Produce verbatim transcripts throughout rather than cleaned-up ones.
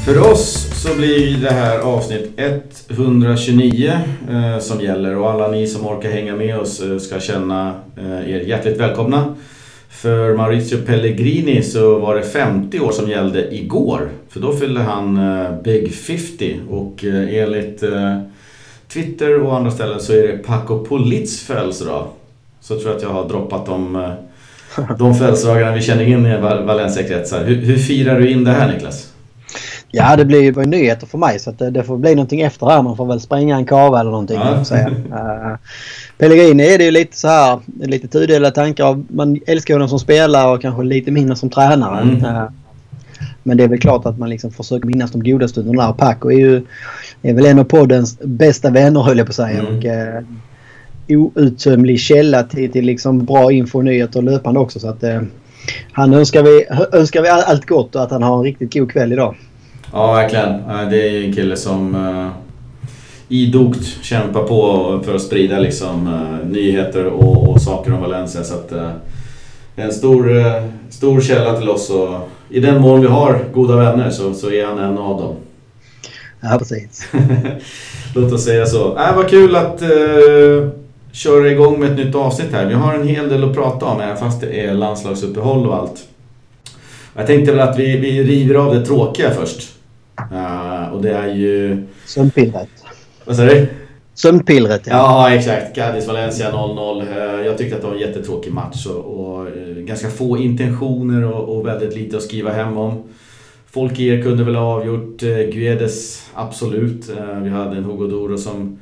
För oss så blir det här avsnitt etthundratjugonio eh, som gäller, och alla ni som orkar hänga med oss eh, ska känna eh, er hjärtligt välkomna. För Maurizio Pellegrini så var det femtio år som gällde igår, för då fyllde han eh, Big femtio, och eh, enligt eh, Twitter och andra ställen så är det Paco Politz födelsedag. Så tror jag att jag har droppat de, eh, de födelsedagarna vi känner in i Valencia-kretsar. Hur, hur firar du in det här, Niklas? Ja, det blir ju nyheter för mig, så att det, det får bli någonting efter här. Man får väl springa en kava eller någonting. Ja. Säga. Uh, Pellegrini är det ju lite så här, lite tudelade tankar. Man älskar honom som spelare och kanske lite mindre som tränare. Mm. Uh, men det är väl klart att man liksom försöker minnas de goda stunderna. Paco är ju är väl en av poddens bästa vänner, höll jag på att säga. Mm. Och uh, outtömlig källa till, till liksom bra info, nyheter och löpande också. Så att uh, han önskar vi, önskar vi allt gott och att han har en riktigt god kväll idag. Ja, verkligen. Det är en kille som uh, idogt kämpar på för att sprida liksom, uh, nyheter och, och saker om Valencia. Så att, uh, det är en stor, uh, stor källa till oss. Och i den mån vi har goda vänner så, så är han en av dem. Ja, precis. Låt oss säga så. Äh, vad kul att uh, köra igång med ett nytt avsnitt här. Vi har en hel del att prata om, även fast det är landslagsuppehåll och allt. Jag tänkte väl att vi, vi river av det tråkiga först. Uh, och det är ju... Sömnpillret. Vad säger du? Sömnpillret, ja. Ja, exakt. Cadiz Valencia noll noll. Uh, jag tyckte att det var en jättetråkig match. Och, och uh, ganska få intentioner och, och väldigt lite att skriva hem om. Folk i er kunde väl ha avgjort. Uh, Guedes, absolut. Uh, vi hade en Hugo Duro som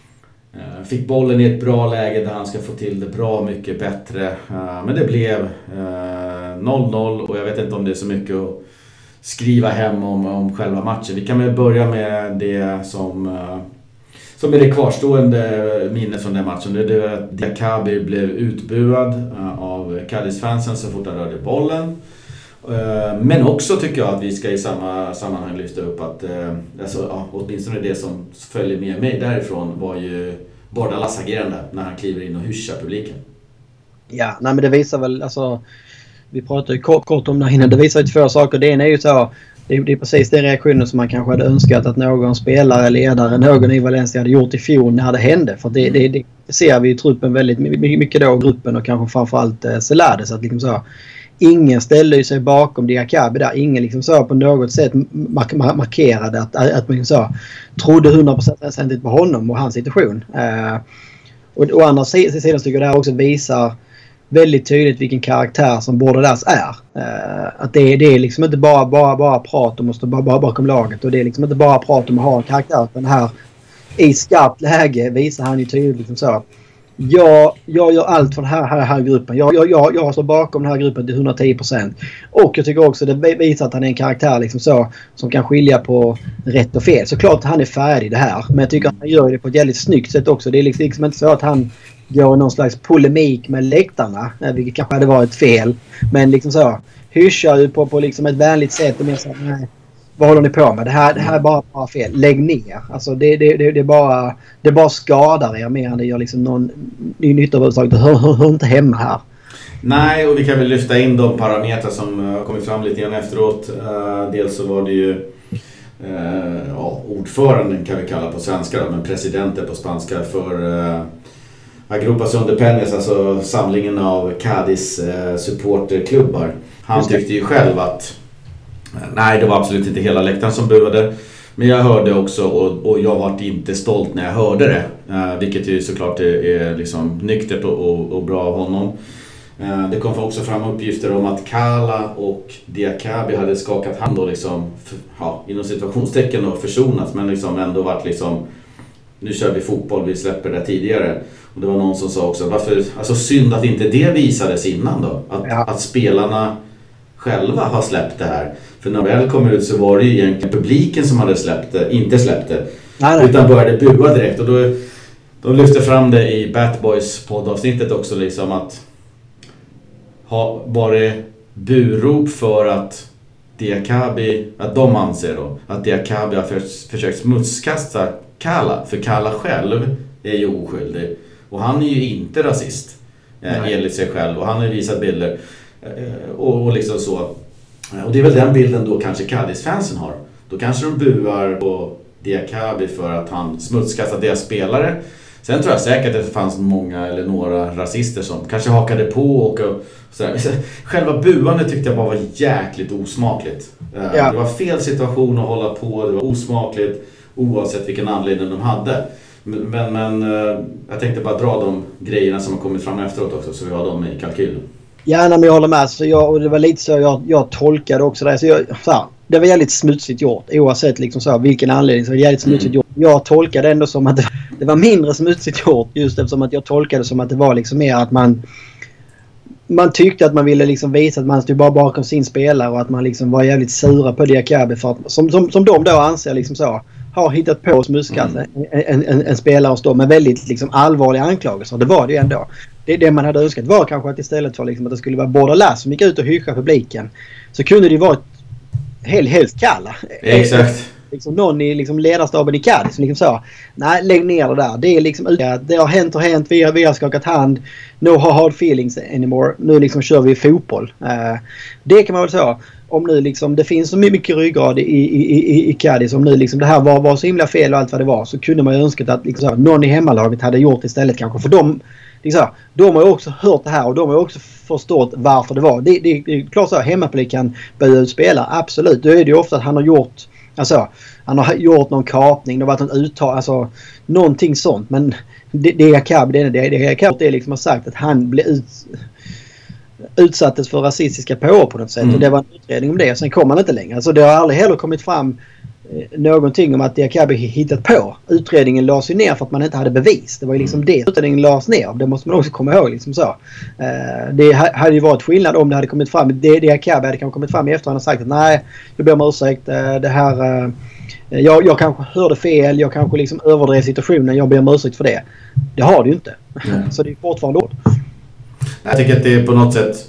uh, fick bollen i ett bra läge där han ska få till det bra mycket bättre. Uh, men det blev uh, noll noll, och jag vet inte om det är så mycket att skriva hem om, om själva matchen. Vi kan väl börja med det som, uh, som är det kvarstående minnet från den matchen. Det är att Diakabi blev utbuad uh, av Cadiz-fansen så fort han rörde bollen. Uh, men också tycker jag att vi ska i samma sammanhang lyfta upp att uh, alltså, ja, åtminstone det som följer med mig därifrån var ju Bordalas agerande när han kliver in och hyschar publiken. Ja, nej, men det visar väl, alltså, vi pratade ju kort, kort om det här innan, det visar ju två saker. Det ena är ju så, det är, det är precis den reaktionen som man kanske hade önskat att någon spelare, ledare, någon i Valencia hade gjort i fjol när det hände. För det, det, det ser vi i truppen väldigt mycket då, gruppen och kanske framförallt eh, Celades, att liksom så, ingen ställde ju sig bakom Diakabi där. Ingen liksom så på något sätt mark- markerade att, att man så trodde hundra procent på honom och hans situation. Eh, och å andra sidan tycker jag det här också visar väldigt tydligt vilken karaktär som Bordalas är. Eh, att det, det är liksom inte bara, bara, bara prat om att stå bara, bara bakom laget. Och det är liksom inte bara prat om att ha en karaktär. Men här i skarpt läge visar han ju tydligt liksom så. Jag, jag gör allt för den här, här, här gruppen. Jag, jag, jag, jag står bakom den här gruppen till hundratio procent. Och jag tycker också det visar att han är en karaktär liksom så, som kan skilja på rätt och fel. Såklart att han är färdig det här. Men jag tycker att han gör det på ett väldigt snyggt sätt också. Det är liksom, liksom inte så att han går någon slags polemik med läktarna. Vilket kanske hade varit fel. Men liksom så hyschar ju på, på liksom ett vänligt sätt. Och mer så, nej, vad håller ni på med? Det här, det här är bara, bara fel. Lägg ner. Alltså det, det, det, det, är bara, det bara skadar er mer än det gör liksom någon ny nytta överhuvudtaget. Det hör, hör, hör inte hemma här. Nej, och vi kan väl lyfta in de parametrar som har kommit fram lite grann efteråt. Uh, dels så var det ju uh, ja, ordföranden kan vi kalla på svenska då, men presidenten på spanska för uh, Agrupación de Peñas, alltså samlingen av Cadiz uh, supporterklubbar. Han tyckte ju själv att nej, det var absolut inte hela läktaren som buade. Men jag hörde också, och, och jag var inte stolt när jag hörde det. Eh, vilket ju såklart är, är liksom nyktert och, och, och bra av honom. Eh, det kom också fram uppgifter om att Kala och Diakabi hade skakat hand och liksom, för, ja, inom situationstecken och försonats. Men liksom ändå varit liksom, nu kör vi fotboll, vi släpper det tidigare. Och det var någon som sa också, varför, alltså synd att inte det visades innan då. Att, ja. att spelarna själva har släppt det här. För när väl kom ut så var det ju egentligen publiken som hade släppt det, inte släppt det. Nej, nej. Utan började bua direkt. Och då, de lyfte fram det i Bat Boys poddavsnittet också liksom att ha varit burop för att Diakabi, att de anser då att Diakabi har för, försökt smutskasta Kala. För Kala själv är ju oskyldig. Och han är ju inte rasist eh, enligt sig själv. Och han har visat bilder. Och, och liksom så. Och det är väl den bilden då kanske Cadiz-fansen har. då kanske de buar på Diakaby för att han smutskastar deras spelare. Sen tror jag säkert att det fanns många eller några rasister som kanske hakade på och sådär. Själva buandet tyckte jag bara var jäkligt osmakligt. Ja. Det var fel situation att hålla på, det var osmakligt oavsett vilken anledning de hade. Men, men jag tänkte bara dra de grejerna som har kommit fram efteråt också, så vi har dem i kalkylen. Ja, nej, men jag håller med. Så jag, och det var lite så jag, jag tolkade också det. Så jag, så här, det var jävligt smutsigt gjort. Oavsett liksom så här, vilken anledning så var det jävligt smutsigt mm. gjort. Jag tolkade ändå som att det, det var mindre smutsigt gjort. Just eftersom att jag tolkade som att det var liksom mer att man man tyckte att man ville liksom visa att man stod bara bakom sin spelare och att man liksom var jävligt sura på Diakaby för att, som, som, som de då anser liksom så har hittat på smuskat mm. en, en, en spelare och stå med väldigt liksom allvarliga anklagelser. Det var det ju ändå. Det, det man hade önskat var kanske att istället för liksom att det skulle vara Bordalas som gick ut och hyschade publiken, så kunde det ju vara helt, helt kalla. Exakt. Liksom någon i liksom ledarstaben i Cadiz som liksom sa, nej, lägg ner det där. Det är liksom, det har hänt och hänt, vi har, vi har skakat hand. No hard feelings anymore. Nu liksom kör vi fotboll. Uh, det kan man väl säga. Om nu liksom, det finns så mycket ryggrad i, i, i, i Cadiz, om nu liksom det här var, var så himla fel och allt vad det var, så kunde man ju önskat att liksom så, någon i hemmalaget hade gjort istället kanske. För de, liksom, de har ju också hört det här och de har också förstått varför det var. Det, det, det är klart så att hemmapublik kan börja ut spela, absolut. Då är det ju ofta att han har gjort, alltså, han har gjort någon kapning, det har varit en uttag, alltså någonting sånt. Men det, det är Diakaby, det, det, det, det, det är liksom har sagt att han blev ut, utsattes för rasistiska påhopp på något sätt. Mm. Och det var en utredning om det, och sen kom han inte längre. Alltså det har aldrig heller kommit fram eh, någonting om att Diakaby hittat på. Utredningen lades ju ner för att man inte hade bevis. Det var ju liksom mm. det utredningen lades ner. Det måste man också komma ihåg liksom så. Eh, det hade ju varit skillnad om det hade kommit fram. Det Diakaby hade kanske kommit fram i efterhand och sagt att nej, jag ber om ursäkt. Eh, det här... Eh, Jag, jag kanske hörde fel, jag kanske liksom överdrev situationen, jag ber om ursäkt för det. Det har det ju inte. Mm. Så det är fortfarande ord. Jag tycker att det är på något sätt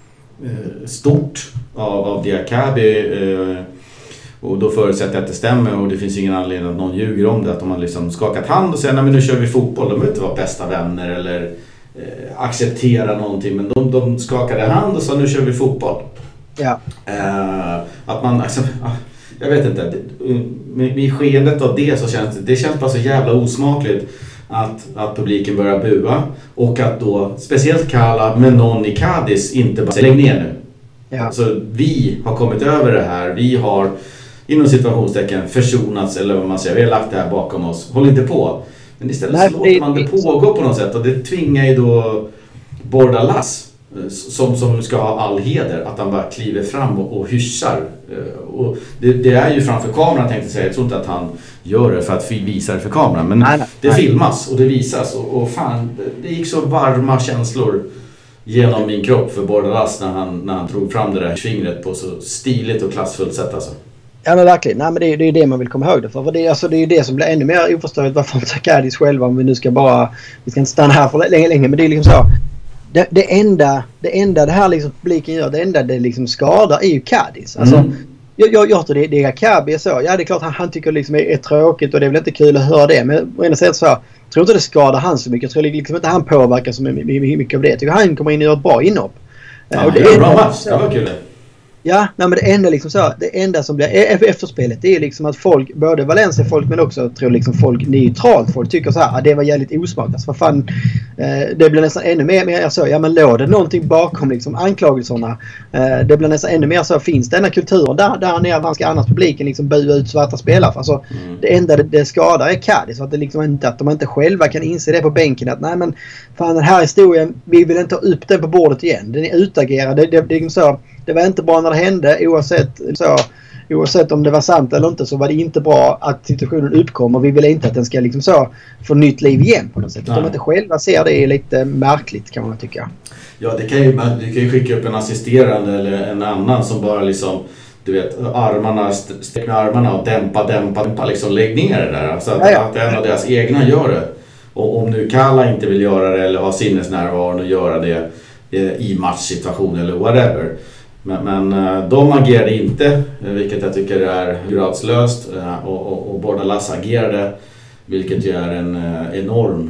eh, stort av, av Diakaby, eh, och då förutsätter jag att det stämmer, och det finns ingen anledning att någon ljuger om det, att de har liksom skakat hand och säger nej men nu kör vi fotboll, de behöver inte vara bästa vänner eller eh, acceptera någonting, men de, de skakade hand och sa nu kör vi fotboll. Ja. Eh, att man alltså, jag vet inte, med, med skeendet av det så känns det, det känns bara så jävla osmakligt att, att publiken börjar bua, och att då speciellt Kalla med någon i Cadiz inte bara säger lägg ner nu. Ja. Så vi har kommit över det här, vi har inom situationstecken försonats, eller vad man säger, vi har lagt det här bakom oss, håll inte på. Men istället Nej, så låter man det pågå på något sätt, och det tvingar ju då Bordalas, som, som ska ha all heder, att han bara kliver fram och, och hyschar. Och det, det är ju framför kameran, tänkte jag säga. Jag tror inte att han gör det för att visa det för kameran, men nej, nej, det nej. filmas och det visas, och, och fan, det gick så varma känslor genom min kropp för Bordalas när han, när han drog fram det där fingret på så stiligt och klassfullt sätt alltså. Ja men verkligen, nej men det är ju det, det man vill komma ihåg det för, för det, alltså, det är ju det som blir ännu mer oförståeligt varför inte Cadiz själva, om vi nu ska bara, vi ska inte stanna här för länge länge, men det är liksom så. Det, det, enda, det enda det här liksom publiken gör, det enda det liksom skadar är ju Cadiz. Alltså, mm. jag, jag, jag tror det, det är Diakaby så. Ja, det är klart han, han tycker liksom är, är tråkigt och det är väl inte kul att höra det. Men på ena sätt så jag tror inte det skadar han så mycket. Jag tror liksom inte han påverkar så mycket av det. Jag tycker han kommer in och gör ett bra inhopp. Ja, och det är bra match. Det var kul. Ja, nej, men det enda liksom så, det enda som blir efterspelet, det är liksom att folk, både Valencia-folk men också tror liksom folk neutralt folk tycker så här, ah, det var jävligt osmakligt. Alltså, vad fan, eh, det blir nästan ännu mer, mer så, ja men låg det någonting bakom liksom anklagelserna. Eh, det blir nästan ännu mer så, finns denna kulturen där, där nere, var ska annars publiken liksom bua ut svarta spelare. Alltså, mm. det enda det, det skadar är Cadiz, så att det liksom inte, att de inte själva kan inse det på bänken, att nej men fan, den här historien, vi vill inte ha upp den på bordet igen. Den är utagerad, det, det, det är liksom så. Det var inte bra när det hände, oavsett, så, oavsett om det var sant eller inte, så var det inte bra att situationen uppkom, och vi vill inte att den ska liksom så få nytt liv igen på något sätt. Att de inte själva ser det är lite märkligt, kan man tycka. Ja, det kan ju, du kan ju skicka upp en assisterande eller en annan som bara liksom, du vet, armarna, sträck med armarna och dämpa, dämpa, dämpa, liksom lägg ner det där. Så att, ja, ja. att en av deras egna gör det. Och om nu Kalla inte vill göra det eller har sinnesnärvaron och göra det i matchsituation eller whatever. Men, men de agerade inte, vilket jag tycker är gradslöst, och, och, och Bordalas agerade, vilket ju är en enorm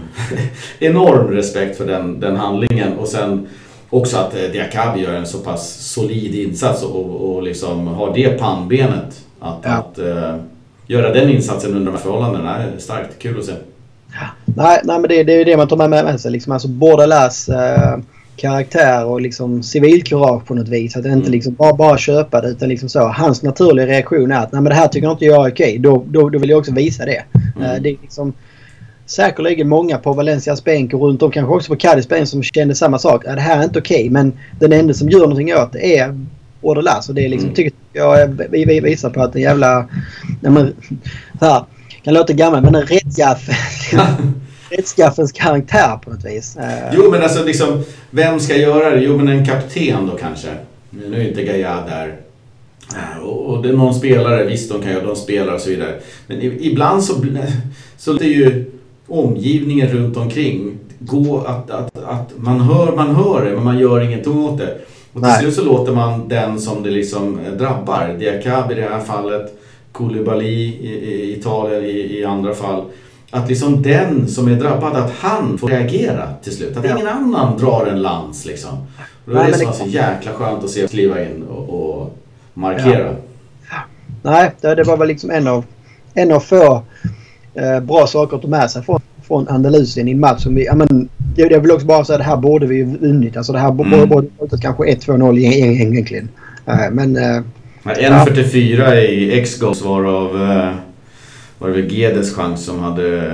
enorm respekt för den, den handlingen. Och sen också att Diakaby gör en så pass solid insats och, och liksom har det pannbenet Att, Ja. att uh, göra den insatsen under de här förhållandena är starkt. Kul att se. Nej, nej men det, det är ju det man tar med, med sig. Liksom, alltså Bordelas eh, karaktär och liksom civilkurage på något vis. Att det inte liksom bara, bara köpa det utan liksom så. Hans naturliga reaktion är att nej, men det här tycker inte jag är okej. Då, då, då vill jag också visa det. Mm. Eh, det är liksom säkerligen många på Valencias bänk och runt om kanske också på Cadiz bänk som kände samma sak. Ja, det här är inte okej, men den enda som gör någonting åt det är Bordelas. Och det är liksom, mm. tycker jag vi, vi visar på att en jävla... Nej, men, så här, kan låta gammal, men en rättskaff, rättskaffens karaktär på något vis. Jo, men alltså liksom, vem ska göra det? Jo, men en kapten då kanske. Nu är inte Gaia där. Och, och det är någon spelare, visst de kan göra, de spelar och så vidare. Men ibland så, så det är ju omgivningen runt omkring gå att, att, att man hör man hör det, men man gör ingenting åt det. Och till slut så låter man den som det liksom drabbar, Diakab i det här fallet, Koulibaly i, i Italien i, i andra fall, att liksom den som är drabbad, att han får reagera till slut. Att ja. ingen annan drar en lans liksom. Och då är det, det som det... så jäkla skönt att se kliva in och, och markera. Ja. Nej, det var väl liksom en av, en av få eh, bra saker att ta med sig från, från Andalusien i en match som vi, ja men jag, jag vill också bara säga att det här borde vi vunnit. Alltså det här mm. borde borde kanske ett två noll egentligen. Eh, men eh, en fyrtiofyra i X-goals var av eh, var det väl Guedes chans som hade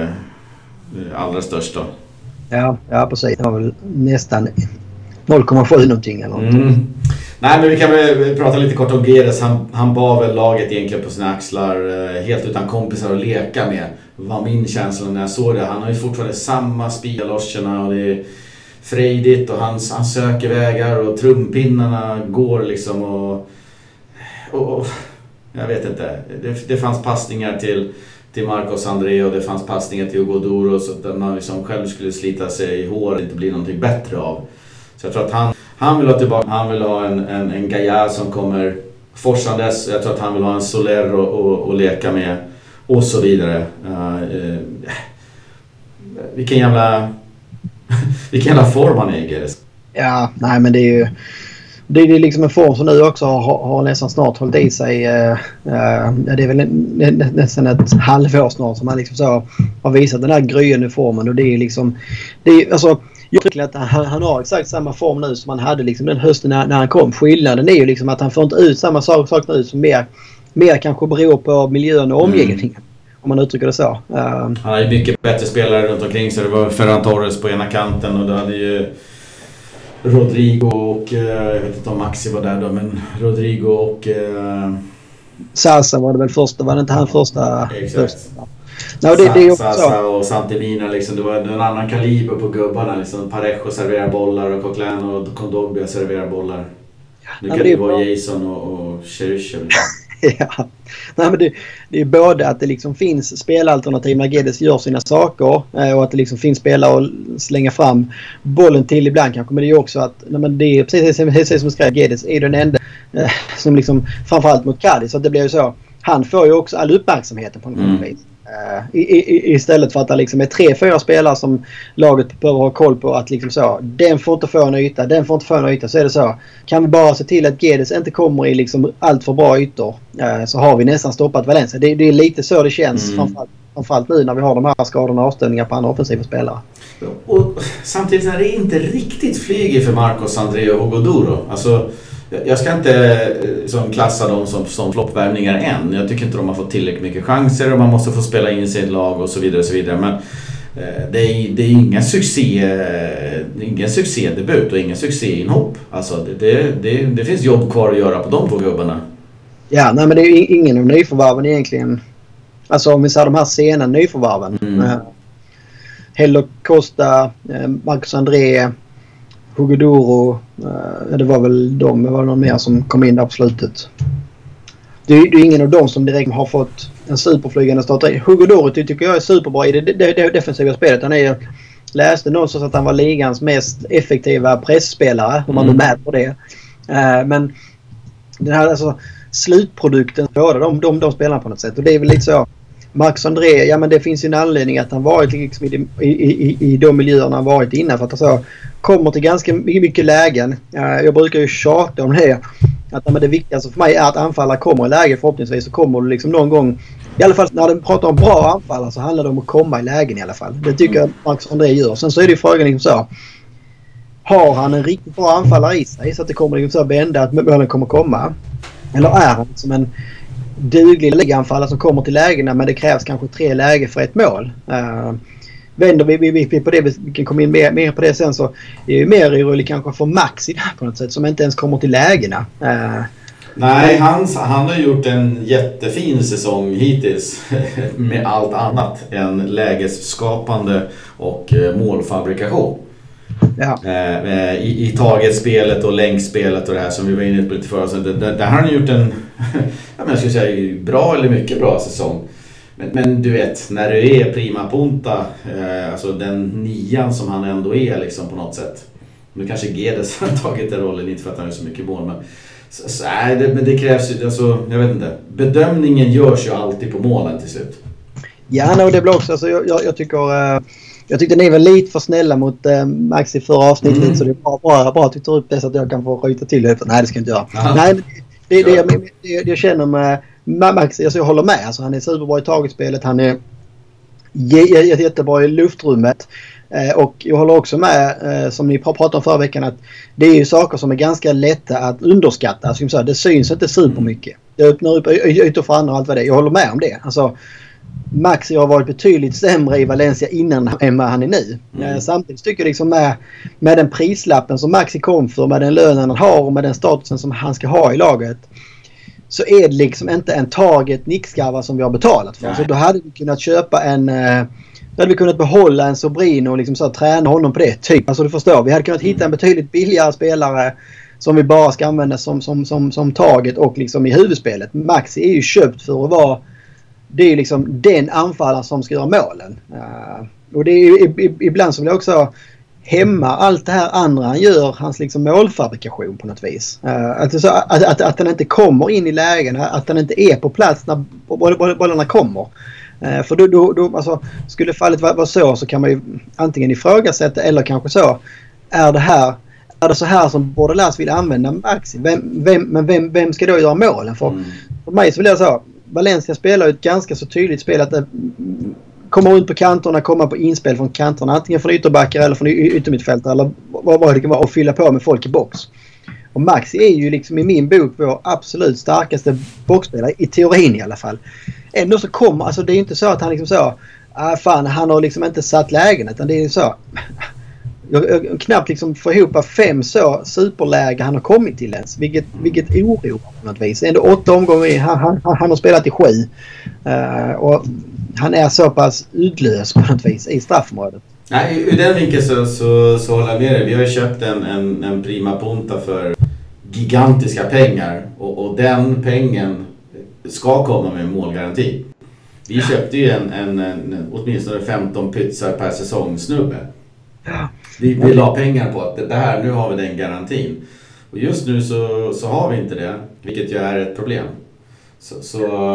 eh, allra största. Ja, ja precis. Det var väl nästan noll komma sju någonting eller något. Mm. Nej, men vi kan väl prata lite kort om Guedes. Han, han bar väl laget egentligen på sina axlar eh, helt utan kompisar att leka med. Var min känsla när jag såg det. Han har ju fortfarande samma spelorcherna och det är frejdigt och han, han söker vägar och trumpinnarna går liksom och Och, och, jag vet inte. Det, det fanns passningar till, till Marcos André och det fanns passningar till Hugo Duro så att man liksom själv skulle slita sig i hår och inte bli någonting bättre av. Så jag tror att han, han vill ha tillbaka, han vill ha en, en, en Gaia som kommer forsandes. Jag tror att han vill ha en Soler och, och, och leka med och så vidare. Uh, uh, vilken jävla vilken jävla form han är i Guedes. Ja, nej men det är ju det är liksom en form som nu också har, har nästan snart hållit i sig. Uh, uh, det är väl nä, nästan ett halvår snart som han liksom så har visat den här gryende formen. Och det är liksom... Det är, alltså, jag tycker att han, han har exakt samma form nu som han hade liksom den hösten när, när han kom. Skillnaden är ju liksom att han får inte ut samma sak, sak nu som mer, mer kanske beror på miljön och omgivningen. Mm. Om man uttrycker det så. Uh, han har ju mycket bättre spelare runt omkring så det var Ferran Torres på ena kanten och då hade ju Rodrigo och jag vet inte om Maxi var där då, men Rodrigo och uh... Sasa var det väl första, var det inte han första? Exakt. No, det, det är också Sasa och Santemina liksom, det var en annan kaliber på gubbarna liksom. Parejo serverar bollar och Coquelin och Kondogbia serverar bollar. Nu kan det, det vara Jason och, och Cheryshev. Ja. Nej, men det, det är både att det liksom finns spelalternativ när Guedes gör sina saker och att det liksom finns spelare att slänga fram bollen till ibland kanske, men det är ju också att nej, men det är precis, precis som skrev Guedes är den enda eh, som liksom framförallt mot Cadiz, så att det blir ju så han får ju också all uppmärksamheten på något mm. vis. Uh, i, i, istället för att det liksom är tre, fyra spelare som laget behöver ha koll på att liksom så, den får inte få en yta, den får inte få en yta, så är det så. Kan vi bara se till att Guedes inte kommer i liksom allt för bra ytor uh, så har vi nästan stoppat Valencia. Det, det är lite så det känns mm. framförallt, framförallt nu när vi har de här skadorna och avställningar på andra offensiva spelare. Och samtidigt är det inte riktigt flyger för Marcos André och Hugo Duro. Alltså jag ska inte som, klassa dem som, som floppvärvningar än. Jag tycker inte de har fått tillräckligt mycket chanser och man måste få spela in sig i ett lag och så vidare och så vidare. Men eh, det är, det är ingen succé, eh, ingen succédebut och ingen succéinhopp. Alltså det, det, det, det finns jobb kvar att göra på de två gubbarna. Ja, nej men det är ju ingen av nyförvärven egentligen. Alltså om vi ser de här sena nyförvärven. Mm. Eh, Hello Costa, eh, Marcos André, Hugo Duro, uh, det var väl de, det var någon mer som kom in där på slutet. Det är, det är ingen av dem som direkt har fått en superflygande start. Hugo Duro tycker jag är superbra i det, det, det, det defensiva spelet. Han är, läste någonstans att han var ligans mest effektiva pressspelare, om man är med på det. Uh, men den här alltså, slutprodukten, båda de, de, de spelar på något sätt. Och det är väl lite så. Marcos André, ja men det finns ju en anledning att han varit liksom i, i, i, i de miljöerna han varit innan, för att alltså kommer till ganska mycket lägen. Jag brukar ju tjata om det Att men det viktigaste för mig är att anfallare kommer i läge, förhoppningsvis så kommer du liksom någon gång, i alla fall när de pratar om bra anfallare så handlar det om att komma i lägen i alla fall. Det tycker jag Marcus André gör. Sen så är det ju frågan liksom så, har han en riktigt bra anfallare i sig så att det kommer liksom så vända att målen kommer komma? Eller är han som en duglig liganfallare som kommer till lägena men det krävs kanske tre läge för ett mål? Uh, vänder vi, vi, vi på det, vi kan komma in mer, mer på det sen, så är det mer orolig kanske för Maxi där på något sätt som inte ens kommer till lägena. Uh, Nej, han, han har gjort en jättefin säsong hittills med allt annat än lägesskapande och målfabrikation. Ja. Eh, i, i taget spelet och längdspelet och det här som vi var inne på lite förra. Så det, det, det har han gjort en jag, jag skulle säga bra eller mycket bra säsong. Men, men du vet, när du är prima punta, eh, alltså den nian som han ändå är liksom på något sätt. Nu kanske Gedes har tagit den rollen, inte för att han har så mycket mål, men så, så, nej, det, men det krävs ju, alltså, jag vet inte. Bedömningen görs ju alltid på målen till slut. Ja, no, det blir också, alltså, jag, jag tycker... Uh... Jag tyckte ni var lite för snälla mot eh, Max i förra avsnittet mm. så det är bara, bara, bara att du tar upp det så att jag kan få ryta till det. Nej, det ska jag inte göra. Aha. Nej, det, det, det, det, det, det jag känner med Max, alltså jag håller med. Alltså, han är superbra i taget-spelet, han är jättebra i luftrummet. Eh, och jag håller också med, eh, som ni pratade om förra veckan, att det är ju saker som är ganska lätta att underskatta. Alltså, så här, det syns inte supermycket. Det öppnar upp ytor för andra och allt vad det är. Jag håller med om det. Alltså, Maxi har varit betydligt sämre i Valencia innan än vad han är nu. Mm. Samtidigt tycker jag liksom med, med den prislappen som Maxi kom för, med den lönen han har och med den statusen som han ska ha i laget, så är det liksom inte en target nickskarva som vi har betalat för. Så då hade vi kunnat köpa en... Då hade vi kunnat behålla en Sobrino och liksom så träna honom på det. Typ. Alltså du förstår, vi hade kunnat hitta en betydligt billigare spelare som vi bara ska använda som, som, som, som target och liksom i huvudspelet. Maxi är ju köpt för att vara... Det är ju liksom den anfallaren som ska göra målen. Uh, och det är ju ibland så vill jag också hämma allt det här andra han gör, hans liksom målfabrikation på något vis. Uh, att, så, att, att, att han inte kommer in i lägen, att han inte är på plats när bollarna kommer. Uh, för då, då, då alltså, skulle fallet vara, vara så så kan man ju antingen ifrågasätta eller kanske så. Är det här är det så här som Bordelas vill använda Maxi? Vem, vem, men vem, vem ska då göra målen? För, mm. för mig så vill jag säga Valencia spelar ett ganska så tydligt spel att det kommer ut på kanterna, kommer på inspel från kanterna, antingen från ytterbackar eller från yttermittfältare eller vad, vad det kan vara, och fylla på med folk i box. Och Maxi är ju liksom i min bok vår absolut starkaste boxspelare, i teorin i alla fall. Ändå så kommer, alltså det är inte så att han liksom så, ah, fan han har liksom inte satt lägen, utan det är så jag, jag knappt liksom får ihop fem så superläge han har kommit till ens. Vilket, vilket oroar på något vis. Ändå åtta omgångar, han, han, han har spelat i sju. Uh, och han är så pass udlös på något vis i straffområdet. Nej, ur den vinkeln så, så, så håller jag med dig. Vi har ju köpt en, en, en prima punta för gigantiska pengar. Och, och den pengen ska komma med en målgaranti. Vi köpte ju en, en, en åtminstone femton pytsar per säsong snubbe. Ja. Vi, vi la pengar på att det här, nu har vi den garantin. Och just nu så, så har vi inte det, vilket ju är ett problem. Så, så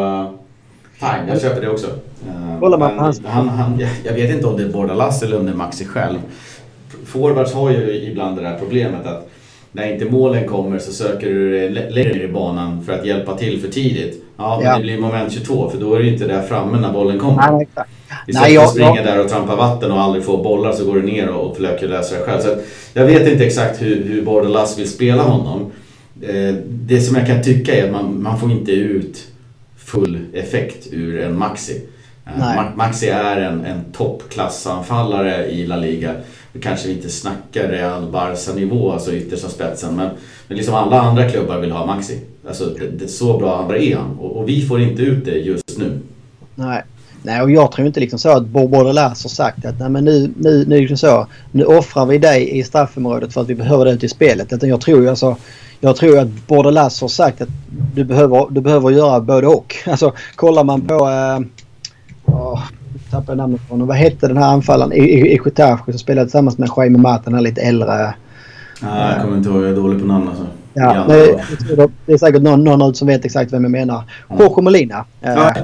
fine, jag köper det också. Uh, han, han, han, jag vet inte om det är Bordalas eller om det är Maxi själv. Forwards har ju ibland det där problemet att när inte målen kommer så söker du längre i banan för att hjälpa till för tidigt. Ja, men ja. Det blir moment tjugotvå, för då är det inte där framme när bollen kommer. Nej, exakt. Istället för att springa där och trampa vatten och aldrig få bollar så går du ner och försöker lösa det själv. Så att jag vet inte exakt hur, hur Bordalas vill spela honom. Eh, det som jag kan tycka är att man, man får inte ut full effekt ur en Maxi. Eh, Maxi är en, en toppklassanfallare i La Liga. Vi kanske inte snackar Real Barca-nivå, alltså yttersta spetsen. Men, men liksom alla andra klubbar vill ha Maxi. Alltså det, det är så bra andra är han. Och, och vi får inte ut det just nu. Nej. Nej, och jag tror inte liksom så att Bordalas har sagt att nej, men nu, nu, nu, liksom så, nu offrar vi dig i straffområdet för att vi behöver det ut i spelet. Utan jag tror ju alltså, jag tror att Bordalas har sagt att du behöver, du behöver göra både och. Alltså kollar man på äh, åh, jag tappar namnet på honom. Vad hette den här anfallaren i, i, i Getafe som spelade tillsammans med Jaime Mata, den här lite äldre. Nej, jag kommer inte ihåg, jag är dålig på namn alltså. Ja, det, det är säkert någon, någon ut som vet exakt vem jag menar. Jorge Molina. Ja.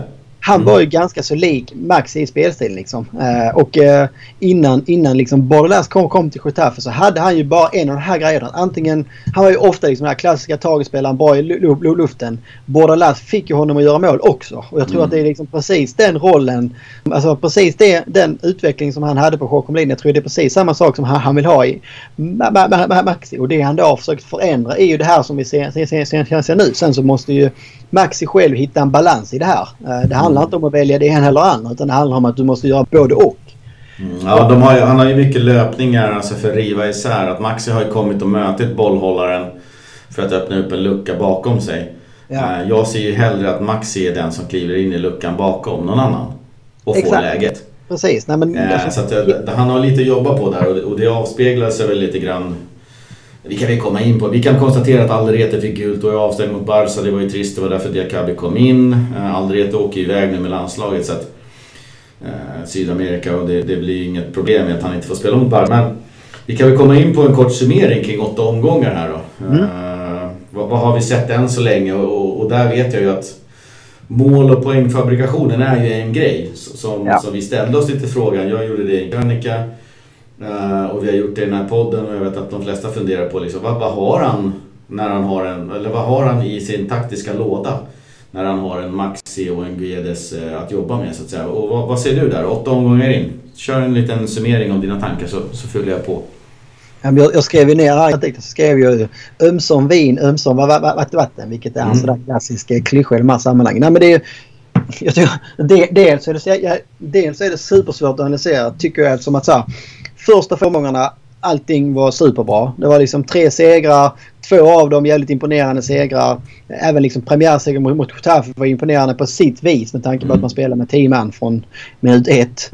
Han mm. var ju ganska så lik Maxi i spelstilen liksom. Eh, och eh, innan, innan liksom Bordalas kom, kom till Getafe så hade han ju bara en av de här grejerna. Antingen, han var ju ofta liksom den här klassiska tagetspelaren bra i luften. Bordalas fick ju honom att göra mål också. Och jag tror mm. att det är liksom precis den rollen, alltså precis det, den utveckling som han hade på Joachim Lehn. Jag tror det är precis samma sak som han, han vill ha i ma- ma- ma- Maxi. Och det han då har försökt förändra är ju det här som vi ser, ser, ser, ser, ser nu. Sen så måste ju Maxi själv hitta en balans i det här. Det handlar inte om att välja det ena eller andra, utan det handlar om att du måste göra både och. Mm, ja, de har ju, han har ju mycket löpningar alltså för att riva isär. Att Maxi har ju kommit och mötit bollhållaren för att öppna upp en lucka bakom sig. Ja. Jag ser ju hellre att Maxi är den som kliver in i luckan bakom någon annan och Exakt. får läget. Precis. Nej, men, äh, så att det, han har lite att jobba på där och det, och det avspeglar sig väl lite grann. Vi kan vi komma in på. Vi kan konstatera att Alderete fick gult och är avstängd mot Barca. Det var ju trist, det var därför Diakabi kom in. Alderete åker iväg nu med landslaget så att eh, Sydamerika och det, det blir inget problem med att han inte får spela mot Barca. Men vi kan väl komma in på en kort summering kring åtta omgångar här då. Mm. Eh, vad, vad har vi sett än så länge? Och, och där vet jag ju att mål- och poängfabrikationen är ju en grej som, ja. som vi ställde oss lite frågan. Jag gjorde det i krönika. Uh, och vi har gjort det i den här podden och jag vet att de flesta funderar på liksom, vad, vad har han när han har en, eller vad har han i sin taktiska låda när han har en Maxi och en Guedes uh, att jobba med så att säga. Och vad, vad ser du där? Åtta omgångar in. Kör en liten summering av dina tankar så, så fyller jag på. Jag, jag skrev ju ner här, så skrev jag ömsom vin, ömsom vatten, vilket är en mm. sådär klassisk klyscha i de här sammanhangen. Nej, men det är jag tycker, det, dels, är det, jag, dels är det supersvårt att analysera, tycker jag, som att så här, första förmångarna allting var superbra. Det var liksom tre segrar, två av dem jävligt imponerande segrar. Även liksom premiärsegern mot, mot Getafe var imponerande på sitt vis med tanke på mm. att man spelar med tio man från minut ett.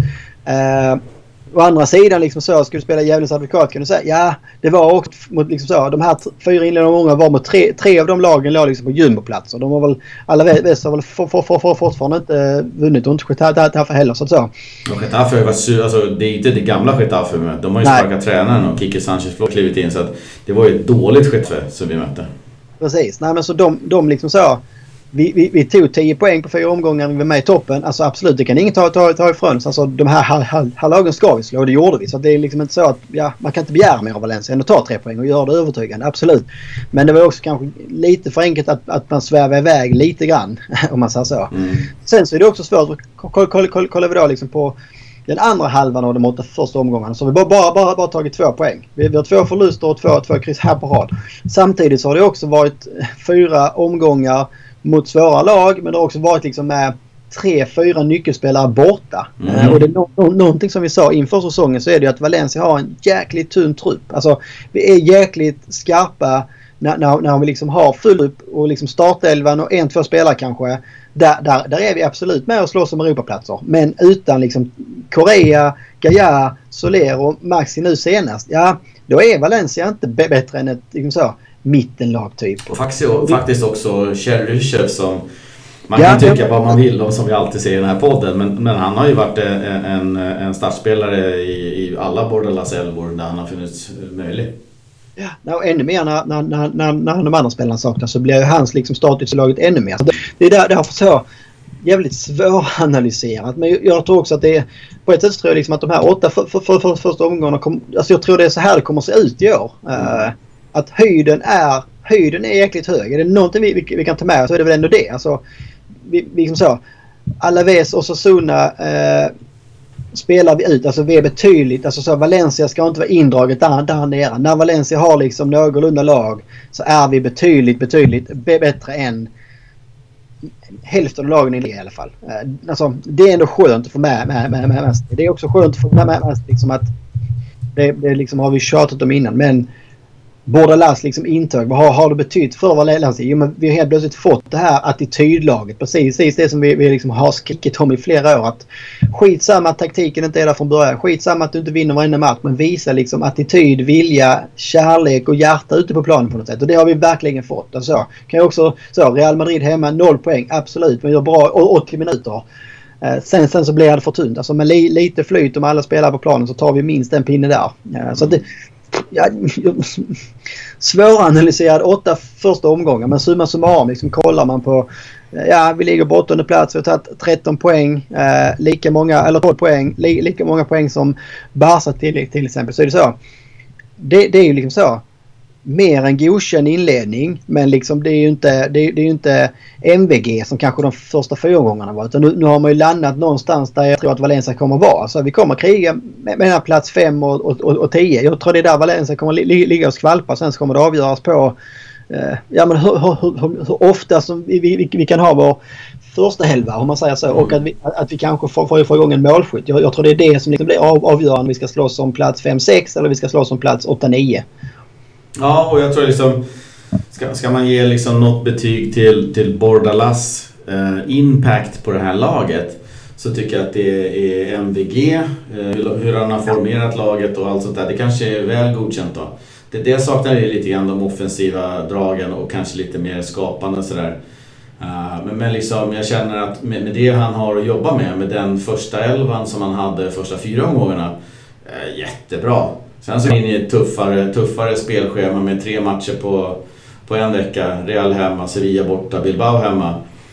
Uh, Å andra sidan liksom så skulle du spela jävligt advokat kan du säga ja det var också mot liksom så de här t- fyra inledande många var mot tre, tre av de lagen låg liksom på jumboplatser. De var väl alla väst har väl for, for, for, for, fortfarande inte vunnit och inte Getafe heller så att så. Och Getafe var su- alltså det är inte det gamla Getafe men de har ju sparkat tränaren och Kike Sanchez Flor klivit in så att det var ju ett dåligt Getafe som vi mötte. Precis. Nej men så de de liksom så Vi, vi, vi tog tio poäng på fyra omgångar, vi var med i toppen. Alltså absolut, det kan ingen ta, ta, ta ifrån. Alltså de här, här, här, här lagen ska vi slå, det gjorde vi. Så det är liksom inte så att ja, man kan inte begära mer av Valencia än att ta tre poäng och göra det övertygande, absolut. Men det var också kanske lite för enkelt att, att man svävar iväg lite grann, om man säger så. Mm. Sen så är det också svårt, kolla, kolla, kolla, kolla vi då liksom på den andra halvan av de åtta första omgångarna så har vi bara, bara, bara, bara tagit två poäng. Vi, vi har två förluster och två, två kryss här på rad. Samtidigt så har det också varit fyra omgångar mot svåra lag, men det har också varit liksom med tre, fyra nyckelspelare borta. Mm. Uh, och det är no- no- någonting som vi sa inför säsongen så är det att Valencia har en jäkligt tunn trupp. Alltså vi är jäkligt skarpa när, när, när vi liksom har full upp och liksom startelvan och en, två spelare kanske. Där, där, där är vi absolut med och slåss om Europaplatser. Men utan liksom Correa, Gaia, Soler och Maxi nu senast. Ja, då är Valencia inte b- bättre än ett liksom så mittenlag typ. Och faktiskt, faktiskt också Cheryshev som man kan ja, tycka ja, vad man vill om som vi alltid ser i den här podden men, men han har ju varit en, en, en startspelare i, i alla Bordalas elvor där han har funnits möjlig. Ja, och ännu mer när, när, när, när, när de andra spelarna saknas så blir ju hans liksom status i laget ännu mer. Så det, det är där, därför så jävligt svåranalyserat. Men jag, jag tror också att det är på ett sätt tror jag liksom att de här åtta för, för, för, för, första omgångarna kom, alltså jag tror det är så här det kommer att se ut i år. Mm. Uh, att höjden är höjden är jäkligt hög. Är det någonting vi, vi, vi kan ta med så är det väl ändå det. Alltså, vi, vi liksom så Alaves och Osasuna eh, spelar vi ut. Alltså vi är betydligt. Alltså så Valencia ska inte vara indraget där, där nere. När Valencia har liksom någorlunda lag så är vi betydligt, betydligt b- bättre än hälften av lagen i alla fall. Eh, alltså det är ändå skönt att få med, med, med, med, med. Det är också skönt att få med, med, med liksom att det, det liksom har vi tjatat om innan. Men Bordalas liksom intag, vad har, har det betytt för Valencia? Jo, men vi har helt plötsligt fått det här attitydlaget. Precis, precis det som vi, vi liksom har skrikit om i flera år. Att skitsamma att taktiken inte är där från början. Skitsamma att du inte vinner varenda match. Men visa liksom attityd, vilja, kärlek och hjärta ute på planen på något sätt. Och det har vi verkligen fått. Alltså, kan jag också, så, Real Madrid hemma, noll poäng. Absolut, men gör bra åttio minuter. Eh, sen, sen så blir det för tunt. Alltså med li, lite flyt om alla spelar på planen så tar vi minst en pinne där. Eh, så det Ja, svåranalyserad åtta första omgångar, men summa summarum liksom kollar man på, ja, vi ligger på åttonde plats, vi har tagit tretton poäng, eh, lika många, eller tolv poäng, li, lika många poäng som Barca till, till exempel, så är det så. Det, det är ju liksom så. Mer en godkänd inledning, men liksom det är ju inte, det är, det är ju inte M V G som kanske de första fyra gångerna var, utan nu, nu har man ju landat någonstans där jag tror att Valencia kommer att vara. Så vi kommer att kriga med, med plats fem och, och, och, och tio. Jag tror det är där Valencia kommer att li, ligga och skvalpa, sen så kommer det avgöras på eh, ja, men hur, hur, hur, hur ofta som vi, vi, vi kan ha vår första helva, om man säger så, och att vi, att vi kanske får, får, får igång en målskytt. Jag, jag tror det är det som liksom blir av, avgörande om vi ska slåss om plats fem sex eller vi ska slåss om plats åtta nio. Ja, och jag tror liksom ska, ska man ge liksom något betyg till, till Bordalas eh, impact på det här laget, så tycker jag att det är M V G, eh, hur han har formerat laget och allt sånt där. Det kanske är väl godkänt då. Det, det saknar ju lite grann de offensiva dragen och kanske lite mer skapande sådär. Uh, men, men liksom jag känner att med, med det han har att jobba med, med den första elvan som han hade första fyra omgångarna, uh, jättebra. Sen så in i ett tuffare, tuffare spelschema med tre matcher på, på en vecka. Real hemma, Sevilla borta, Bilbao hemma.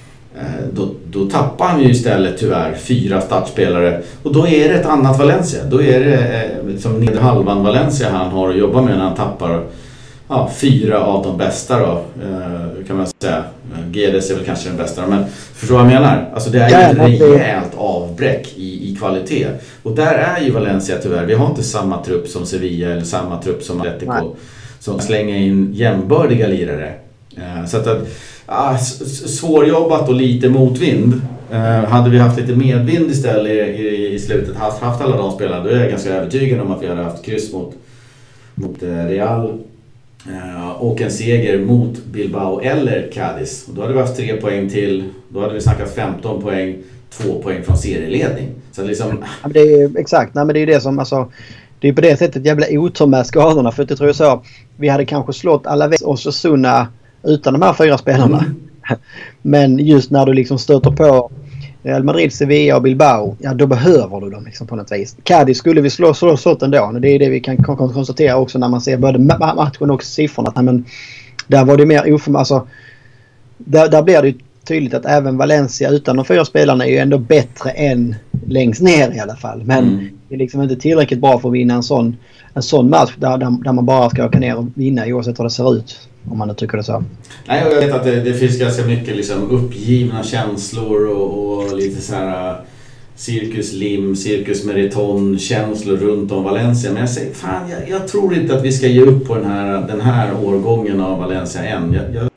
Uh, då, då tappar han ju istället tyvärr fyra startspelare. Och då är det ett annat Valencia. Då är det uh, liksom nedre halvan Valencia han har att jobba med när han tappar ja, fyra av de bästa då, uh, kan man säga. Guedes är väl kanske den bästa, men förstår vad jag menar? Alltså det är ju ett rejält avbräck i, i kvalitet. Och där är ju Valencia tyvärr. Vi har inte samma trupp som Sevilla eller samma trupp som Atletico. Nej. Som slänger in jämbördiga lirare. Uh, så att, uh, svårjobbat och lite motvind. Uh, hade vi haft lite medvind istället i, i, i slutet, haft, haft alla de spelarna, då är jag ganska övertygad om att vi hade haft kryss mot, mot uh, Real. Uh, och en seger mot Bilbao eller Cadiz. Och då hade vi haft tre poäng till. Då hade vi snackat femton poäng, två poäng från serieledning. Så liksom... ja, men det är exakt, nej, men det är ju det som alltså, det är på det sättet jävla otur med skadorna. För jag tror jag så, vi hade kanske slått Alaves och Osasuna utan de här fyra spelarna. Mm. Men just när du liksom stöter på Real Madrid, Sevilla och Bilbao, ja då behöver du dem liksom på något vis. Cadiz skulle vi slå så sånt ändå. Det är det vi kan konstatera också när man ser både matchen och siffrorna. Nej, men där var det mer oförmåga. Alltså, där, där blir det ju tydligt att även Valencia utan de fyra spelarna är ju ändå bättre än längst ner i alla fall. Men mm. det är liksom inte tillräckligt bra för att vinna en sån, en sån match där, där, där man bara ska åka ner och vinna oavsett vad det ser ut. Om man nu tycker det så. Nej, jag vet att det, det finns ganska mycket liksom uppgivna känslor och, och lite så här uh, cirkus lim, cirkus meriton känslor runt om Valencia. Men jag säger, fan, jag, jag tror inte att vi ska ge upp på den här, den här årgången av Valencia än. Jag, jag,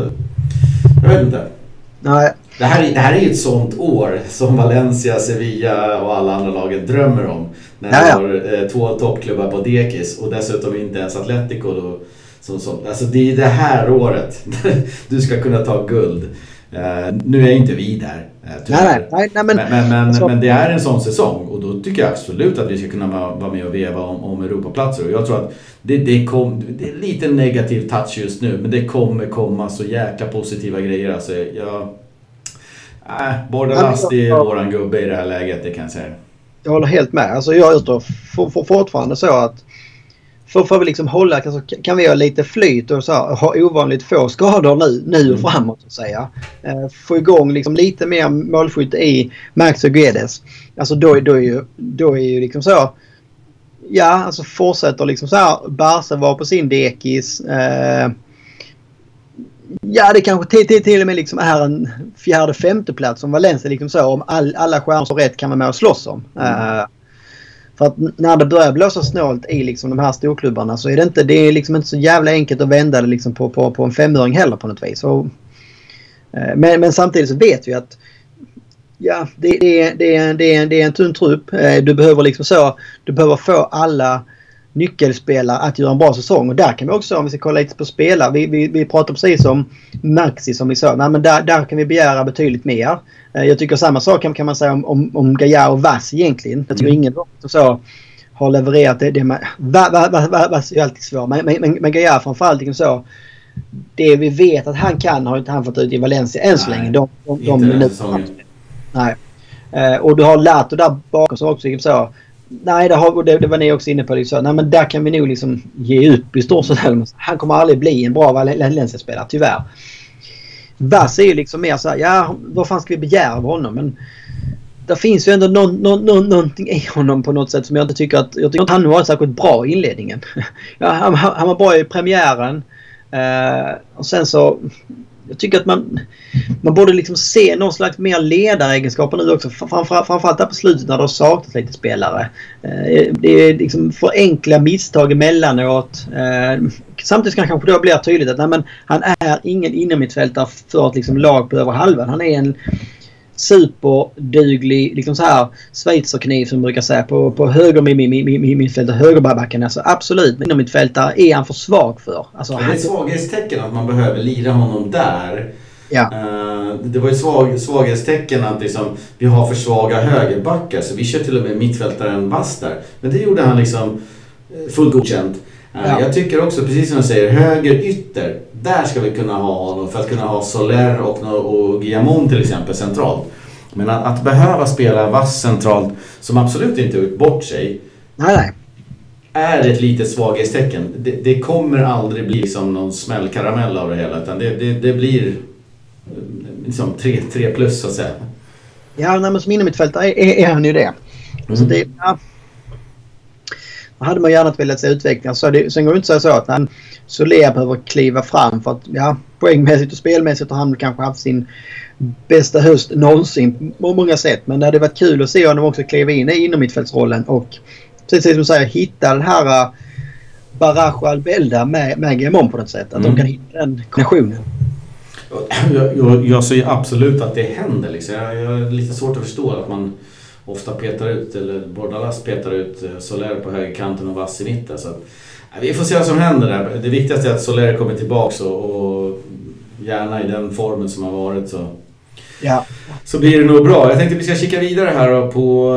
jag vet inte. Nej. Det här, är, det här är ju ett sånt år som Valencia, Sevilla och alla andra lagen drömmer om. När vi har eh, två toppklubbar på dekis och dessutom inte ens Atletico då. Så, så, alltså det är det här året du ska kunna ta guld. Uh, nu är inte vi där. Uh, nej, nej, nej, men, men, men, men, så... men det är en sån säsong och då tycker jag absolut att vi ska kunna vara, vara med och veva om, om Europaplatser. Och jag tror att det, det, kom, det är lite negativ touch just nu, men det kommer komma så jäkla positiva grejer. Alltså, jag, äh, Bordalas är våran gubbe i det här läget, det kan jag säga. Jag håller helt med. Alltså, jag är for, for, fortfarande så att För, för att vi liksom hålla, alltså, kan vi ha lite flyt och så här, ha ovanligt få skador nu, nu och framåt så att säga. Eh, få igång liksom lite mer målskytt i Max och Guedes. Alltså då, då är ju då är ju liksom så, ja, alltså fortsätter liksom så här, Barca var på sin dekis. Eh, ja, det kanske till, till, till och med liksom är en fjärde femte plats som Valencia liksom så, om all, alla stjärnor så rätt kan man med och slåss om. Eh, För att när det börjar blåsa snålt i liksom de här storklubbarna så är det inte, det är liksom inte så jävla enkelt att vända det liksom på, på, på en femöring heller på något vis. Och, eh, men, men samtidigt så vet vi att ja, det, det, det, det, det är en tunn trupp. Eh, du behöver liksom så, du behöver få alla nyckelspelare att göra en bra säsong. Och där kan vi också, om vi ska kolla lite på spelare, vi, vi, vi pratar precis om Maxi som vi sa. Nej, men där, där kan vi begära betydligt mer. Jag tycker samma sak kan, kan man säga om, om, om Gaia och Vass egentligen. Jag tycker mm. ingen så har levererat det. det med, va, va, va, va, Vass är ju alltid svår. Men, men, men Gaia framförallt liksom så, det vi vet att han kan har inte han fått ut i Valencia än så länge. De, de, de, de, Nej. Uh, och du har Lato där bakom som också liksom så, Nej, det, har, det, det var ni också inne på. Liksom. Nej, men där kan vi nog liksom ge upp i stort sett. Han kommer aldrig bli en bra Valencia-spelare, tyvärr. Vass är ju liksom mer så här, ja, vad fan ska vi begära av honom? Men det finns ju ändå någon, någon, någon, någonting i honom på något sätt som jag inte tycker att... Jag tycker att han var särskilt bra i inledningen. Ja, han, han var bra i premiären. Uh, och sen så... Jag tycker att man, man borde liksom se någon slags mer ledaregenskaper nu också. Framför, framförallt där på slutet när det har saknats lite spelare. Eh, det är liksom för enkla misstag emellanåt. Eh, samtidigt kan kanske då bli tydligt att nej, men han är ingen innermittfältare för ett liksom lag på över halvan. Han är en superduglig liksom så här schweizerkniv som brukar säga på, på höger mittfältare, högerbacken. Alltså absolut, men inom mittfältare är han för svag för. Alltså, det är ett svaghetstecken att man behöver lira honom där. Ja. Uh, det var ju svag, svaghetstecken att liksom, vi har för svaga högerbackar så vi kör till och med mittfältaren Vass där. Men det gjorde han liksom fullt godkänt. Uh, ja. Jag tycker också, precis som jag säger, höger ytter, där ska vi kunna ha honom för att kunna ha Soler och, och Guillamon till exempel centralt. Men att, att behöva spela Vass centralt som absolut inte gjort bort sig, nej, nej. är ett litet svaghetstecken. Det, det kommer aldrig bli som någon smällkaramell av det hela, utan det, det, det blir liksom tre, tre plus så att säga. Ja, nej, men som innermittfältare är, är, är han ju det. Mm. Så det ja. Hade man gärna velat se utveckling. Så det, sen går det inte så, så att han Soler behöver kliva fram för att ja, poängmässigt och spelmässigt har han kanske haft sin bästa höst någonsin på många sätt. Men det hade varit kul att se honom också kliva in i innermittfältsrollen och precis som du säger, hitta den här uh, Barajo Albelda med, med Guillamon på något sätt. Att mm. de kan hitta den kombinationen. Jag, jag, jag ser absolut att det händer. Liksom. Jag, jag är lite svårt att förstå att man ofta petar ut, eller Bordalas petar ut Soler på högerkanten och Vass i mitten. Så att, vi får se vad som händer där. Det viktigaste är att Soler kommer tillbaka och, och gärna i den formen som har varit. Så, ja. så blir det nog bra. Jag tänkte att vi ska kika vidare här då på...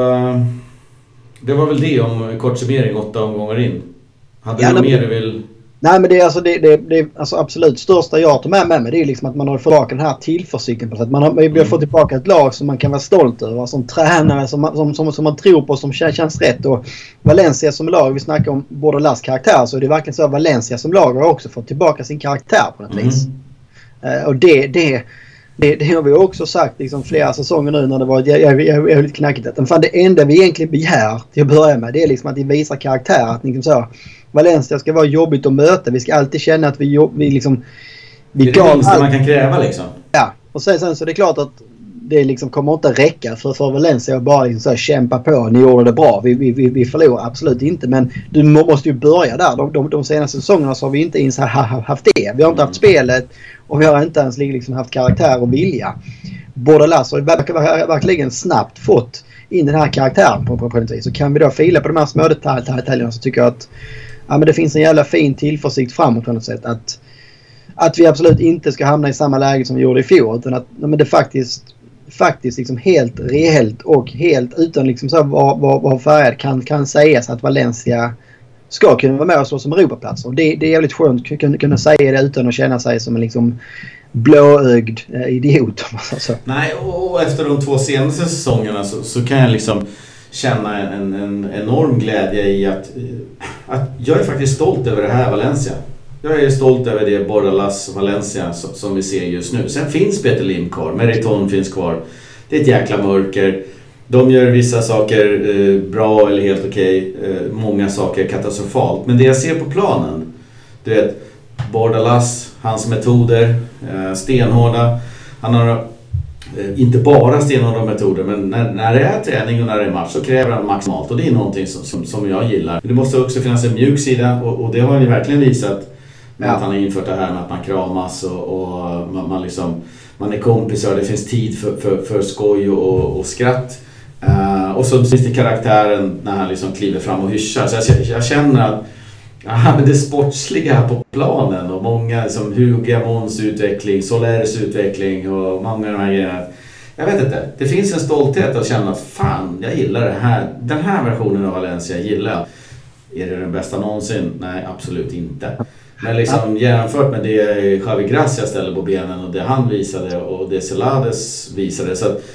Det var väl det om kort summering, åtta omgångar in. Hade ja, du mer du vill... Nej, men det är alltså, det, det, det är alltså absolut största jag tar med mig. Men det är liksom att man har fått tillbaka den här tillförsikten på sätt. Man har, vi har fått tillbaka ett lag som man kan vara stolt över. Som tränare, som, som, som, som man tror på, som känns, känns rätt. Och Valencia som lag, vi snackar om Bordalas karaktär. Så det är verkligen så att Valencia som lag har också fått tillbaka sin karaktär på något mm. vis. Uh, och det... det Det, det har vi också sagt liksom, flera säsonger nu när det var jävligt knackigt. Att fan, det enda vi egentligen begär till att börja med, det är liksom att vi visar karaktär. Att liksom så, Valencia ska vara jobbigt att möta. Vi ska alltid känna att vi, vi liksom... Vi det är det minsta man kan kräva liksom. Ja, och sen, sen så är det klart att det liksom kommer inte räcka för, för Valencia att bara liksom så här, kämpa på. Ni gjorde det bra. Vi, vi, vi, vi förlorar absolut inte. Men du måste ju börja där. De, de, de senaste säsongerna så har vi inte ens haft det. Vi har inte haft spelet. Och vi har inte ens liksom haft karaktär och vilja. Bordalas har verkligen, verkligen snabbt fått in den här karaktären på, på, på något vis. Så kan vi då fila på de här små detaljerna så tycker jag att ja, men det finns en jävla fin tillförsikt framåt på något sätt. Att, att vi absolut inte ska hamna i samma läge som vi gjorde i fjol. Utan att ja, men det faktiskt, faktiskt liksom helt reellt och helt utan liksom så vad, vad, vad färgad kan, kan sägas att Valencia ska kunna vara med och slå som Europaplats. Och det, det är jävligt skönt att kunna, kunna säga det utan att känna sig som en liksom blåögd eh, idiot. Alltså. Nej, och efter de två senaste säsongerna så, så kan jag liksom känna en, en enorm glädje i att, att jag är faktiskt stolt över det här Valencia. Jag är stolt över det Bordalas Valencia som, som vi ser just nu. Sen finns Peter Lim kvar, Meriton finns kvar. Det är ett jäkla mörker. De gör vissa saker eh, bra eller helt okej. Eh, många saker katastrofalt. Men det jag ser på planen, du vet, Bordalas, hans metoder, eh, stenhårda. Han har eh, inte bara stenhårda metoder, men när, när det är träning och när det är match så kräver han maximalt. Och det är någonting som, som, som jag gillar. Men det måste också finnas en mjuk sida och, och det har han ju verkligen visat med ja. Att han har infört det här med att man kramas och, och man, man, liksom, man är kompisar. Det finns tid för, för, för skoj och, och skratt. Uh, och så finns det karaktären när han liksom kliver fram och hyschar. Så jag, jag känner att aha, men det sportsliga på planen och många som Hugo Guillamons utveckling, Soleres utveckling och många av de här grejerna. Jag vet inte, det finns en stolthet att känna att fan, jag gillar det här. Den här versionen av Valencia gillar jag. Är det den bästa någonsin? Nej, absolut inte. Men liksom jämfört med det Javi Gracia ställde på benen och det han visade och det Celades visade så att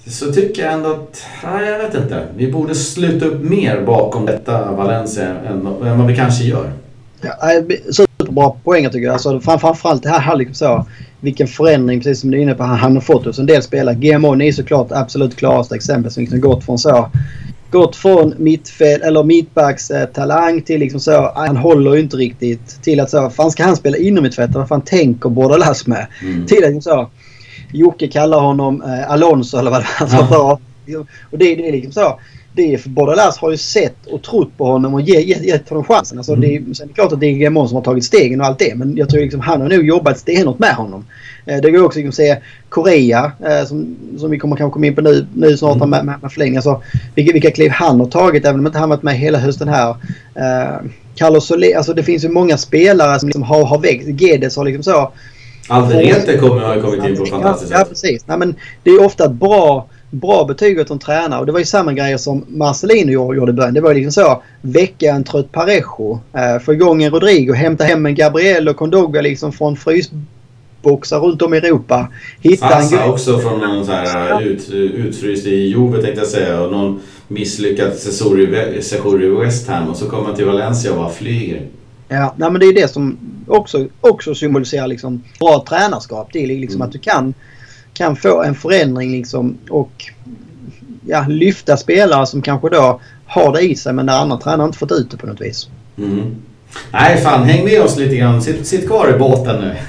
så tycker jag ändå att, ja, jag vet inte, vi borde sluta upp mer bakom detta Valencia än, än vad vi kanske gör. Ja, superbra poäng tycker jag. Alltså, framförallt det här har liksom så, vilken förändring, precis som du är inne på, han, han har fått hos en del spelare. G M O är såklart absolut klaraste exempel som liksom gått från så gått från mittfält eller mittbacks eh, talang till liksom så, han håller ju inte riktigt, till att så, fan ska han spela inom mittfältet, vad fan tänker Bordalas med? Mm. Till att liksom så, Jocke kallar honom eh, Alonso eller vad han sa bra. Och det, det är liksom så, det är för Bordalas har ju sett och trott på honom och gett, gett, gett honom chansen. Alltså mm. det, är, sen är det klart att det är G M O som har tagit stegen och allt det, men jag tror liksom han har nog jobbat stenhårt med honom. Eh, det går också liksom se Korea eh, som, som vi kommer kanske komma in på nu, nu snart mm. med, med, med förlängning. Alltså, vilka, vilka kliv han har tagit, även om inte han varit med hela hösten här. Eh, Carlos Soler, alltså det finns ju många spelare som liksom har, har växt. Gedes har liksom så... Alderete kommer har kommit in på fantastiskt sätt. Ja, precis. Nej, men det är ofta ett bra... bra betyg åt en tränare, och det var ju samma grejer som Marcelino gjorde i början. Det var liksom så, väcka en trött Parejo, eh, få igång en Rodrigo, hämta hem en Gabriel och Kondogbia liksom från frysboxar runt om i Europa. Hitta Sasa en också från någon så här ut, utfryst i Juve tänkte jag säga, och någon misslyckad session i West Ham, och så kommer man till Valencia och bara flyger. Ja, nej, men det är det som också, också symboliserar liksom bra tränarskap. Det är liksom mm. att du kan kan få en förändring liksom och ja, lyfta spelare som kanske då har det i sig, men när andra tränare inte fått ut det på något vis. Mm. Nej fan, häng med oss lite grann. Sitt, sitt kvar i båten nu.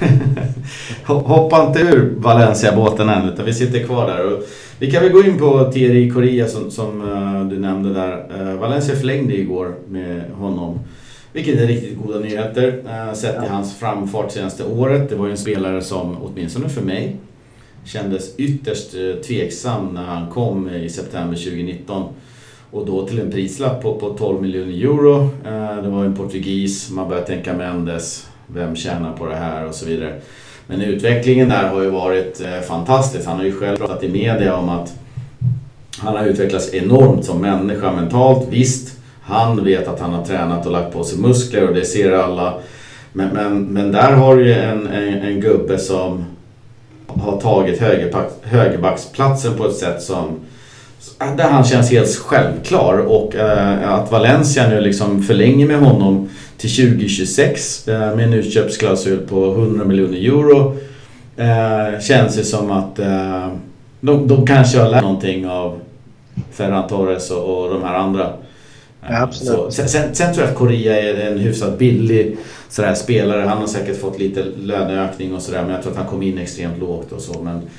Hoppa inte ur Valencia-båten än, utan vi sitter kvar där. Och vi kan väl gå in på Thierry Correa som, som uh, du nämnde där. Uh, Valencia förlängde igår med honom. Vilket är riktigt goda nyheter. Uh, sett i hans framfart senaste året. Det var ju en spelare som, åtminstone för mig, kändes ytterst tveksam när han kom i september tjugonitton. Och då till en prislapp på, på tolv miljoner euro. Det var en portugis, man började tänka Mendes, vem tjänar på det här och så vidare. Men utvecklingen där har ju varit fantastisk. Han har ju själv pratat i media om att han har utvecklats enormt som människa mentalt. Visst, han vet att han har tränat och lagt på sig muskler och det ser alla. Men, men, men där har ju en, en, en gubbe som har tagit högerbacksplatsen på ett sätt som där han känns helt självklar, och äh, att Valencia nu liksom förlänger med honom till tjugo tjugosex äh, med en utköpsklausul på hundra miljoner euro äh, känns det som att äh, de, de kanske har lärt någonting av Ferran Torres och, och de här andra. Ja, absolut. Så, sen, sen, sen tror jag att Correa är en hyfsat billig sådär spelare. Han har säkert fått lite löneökning och sådär, men jag tror att han kom in extremt lågt och så. Men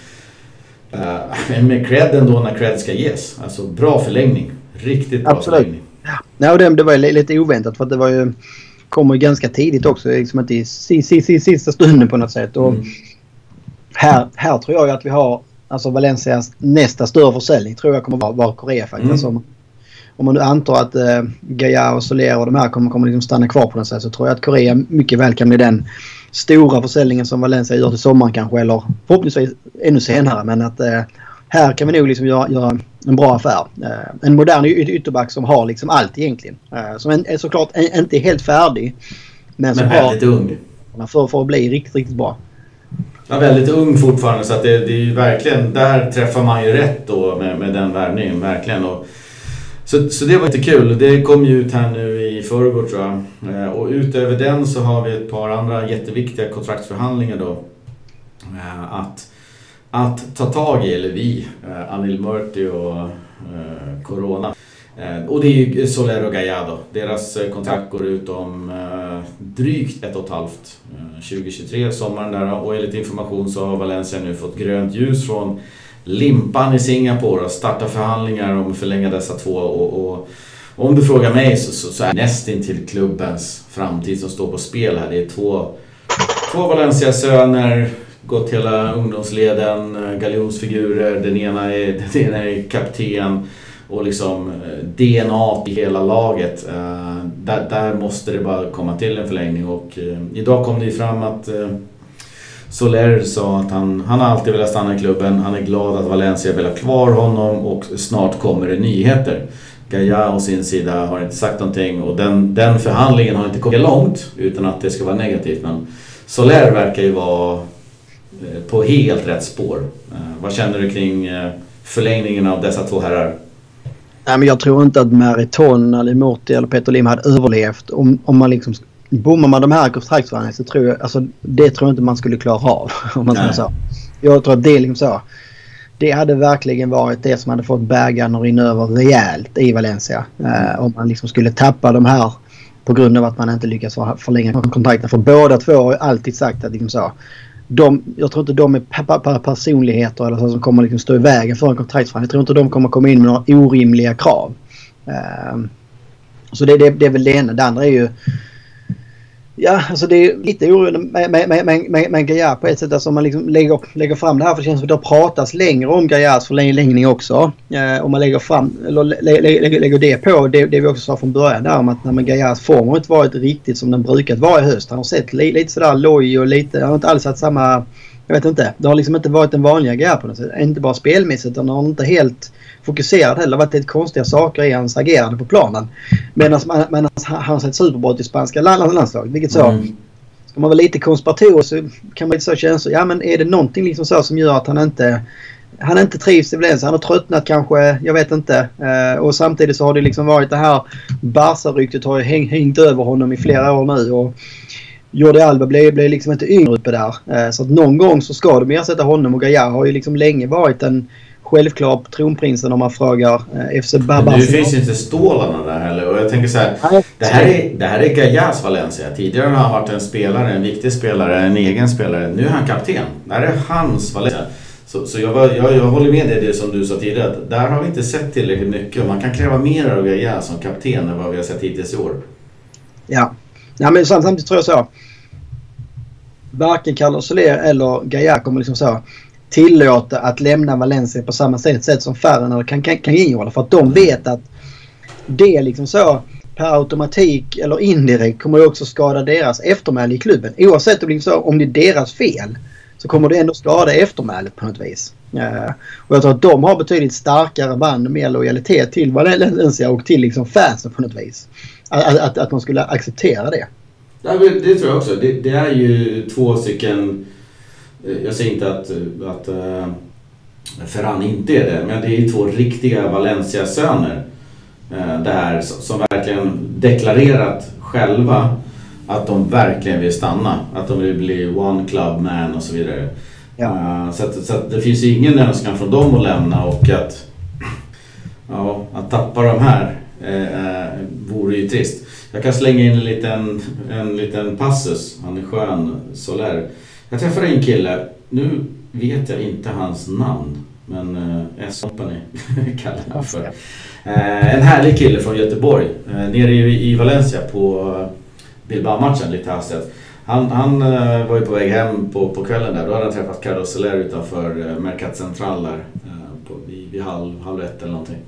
uh, med cred ändå när cred ska ges. Alltså bra förlängning. Riktigt bra absolut. Förlängning. Ja, ja, det, det var lite oväntat, för att det var ju, kommer ganska tidigt också. Liksom inte i sista stunden på något sätt. Och mm. här, här tror jag att vi har alltså Valencias nästa större försäljning tror jag kommer vara, vara Correa faktiskt. Mm. Om man nu antar att eh, Gaia och Soler och de här kommer, kommer liksom stanna kvar på något sätt, så tror jag att Correa mycket väl kan bli den stora försäljningen som Valencia gör till sommaren kanske, eller förhoppningsvis ännu senare. Men att eh, här kan vi nog liksom göra, göra en bra affär. Eh, en modern y- ytterback som har liksom allt egentligen. Eh, som en, är såklart en, inte är helt färdig, men som men väldigt har ung. För, för att bli riktigt, riktigt bra. Ja, väldigt ung fortfarande, så att det, det är ju verkligen, där träffar man ju rätt då med, med den värvningen, verkligen. Och Så, så det var inte kul. Det kom ju ut här nu i förrgår tror jag. Eh, och utöver den så har vi ett par andra jätteviktiga kontraktsförhandlingar då. Eh, att, att ta tag i, eller vi, eh, Anil Murti och eh, Corona. Eh, och det är ju Soler och Gaia då. Deras eh, kontrakt går ut om eh, drygt ett och ett halvt. Eh, tjugo tjugotre, sommaren där. Och enligt information så har Valencia nu fått grönt ljus från Limpan i Singapore och starta förhandlingar om att förlänga dessa två, och, och, och om du frågar mig så, så, så är nästan till klubbens framtid som står på spel här. Det är två, två Valencia-söner, gått hela ungdomsleden, galjonsfigurer, den ena är, den ena är kapten och liksom D N A i hela laget. Uh, där, där måste det bara komma till en förlängning, och uh, idag kom det ju fram att uh, Soler sa att han, han har alltid velat stanna i klubben. Han är glad att Valencia vill ha kvar honom, och snart kommer det nyheter. Gaia å sin sida har inte sagt någonting, och den, den förhandlingen har inte kommit långt utan att det ska vara negativt. Men Soler verkar ju vara på helt rätt spår. Eh, vad känner du kring eh, förlängningen av dessa två herrar? Nej, men jag tror inte att Meriton, Ali Morti eller Peter Lim hade överlevt om, om man liksom bommar man de här kontraktsförhandlingarna, så tror jag, alltså det tror jag inte man skulle klara av, om man säger så. Jag tror att det är liksom så. Det hade verkligen varit det som hade fått bägaren att rinna över rejält i Valencia. Eh, om man liksom skulle tappa de här på grund av att man inte lyckas förlänga kontrakten. För båda två har ju alltid sagt att liksom så. De, jag tror inte de är pe- pe- personligheter eller så som kommer liksom stå i vägen för en kontraktsförhandling. Jag tror inte de kommer komma in med några orimliga krav. Eh, så det, det, det är väl det ena. Det andra är ju ja, alltså det är lite oroande med, med, med, med, med Gaia på ett sätt. Alltså om man liksom lägger, lägger fram det här, för det känns som att det har pratats längre om Gaias förlängning också. Eh, om man lägger fram eller lä, lä, lä, lägger det på det, det vi också sa från början där om att när Gaias form har inte varit riktigt som den brukat vara i höst. Han har sett li, lite sådär loj och lite, han har inte alls haft samma, jag vet inte, det har liksom inte varit den vanliga Gaia på något sätt. Inte bara spelmässigt, utan han har inte helt fokuserad heller. Det har varit lite konstiga saker i hans agerande på planen. Men alltså, man, man, han har sett superbra till spanska landslaget. Vilket så, mm. ska man vara lite konspiratorisk så kan man lite så känna så, ja men är det någonting liksom så som gör att han inte han inte trivs i Valencia, han har tröttnat kanske, jag vet inte. Eh, och samtidigt så har det liksom varit det här Barca-ryktet har ju häng, hängt över honom i flera år nu och Jordi Alba blev, blev liksom inte yngre uppe där. Eh, så att någon gång så ska de ersätta honom och Gaia har ju liksom länge varit en självklart tronprinsen om man frågar eh, F C Barca. Nu finns ju inte stålarna där heller och jag tänker så här, Nej, det här är, det här är Gaias Valencia. Tidigare har han varit en spelare, en viktig spelare, en egen spelare. Nu är han kapten. Det här är hans Valencia. Så, så jag, var, jag, jag håller med dig det som du sa tidigare, att där har vi inte sett tillräckligt mycket. Man kan kräva mer av Gaia som kapten än vad vi har sett hittills i år. Ja, ja men samtidigt tror jag så. Varken Carlos Soler eller Gaia kommer liksom så tillåta att lämna Valencia på samma sätt som Ferran eller kan, kan, kan göra, för att de vet att det liksom så per automatik eller indirekt kommer det också skada deras eftermäle i klubben. Oavsett om det, så, om det är deras fel så kommer det ändå skada eftermälet på något vis. Uh, och jag tror att de har betydligt starkare band med lojalitet till Valencia och till liksom fansen på något vis. Att, att, att man skulle acceptera det. Ja, det tror jag också. Det, det är ju två stycken. Jag säger inte att, att uh, Ferran inte är det, men det är ju två riktiga Valencia-söner uh, där som verkligen deklarerat själva att de verkligen vill stanna, att de vill bli one club man och så vidare. Ja. Uh, så att, så att det finns ju ingen önskan från dem att lämna och att, ja, att tappa de här uh, vore ju trist. Jag kan slänga in en liten, en liten passus, han är skön, Soler. Jag träffade en kille, nu vet jag inte hans namn, men eh, S-Company kallar jag för. Eh, en härlig kille från Göteborg, eh, nere i, i Valencia på Bilbao-matchen lite hastigt. Han, han eh, var ju på väg hem på, på kvällen där, då hade han träffat Carlos Soler utanför eh, Mercat Central där, eh, på, vid, vid halv, halv ett eller någonting.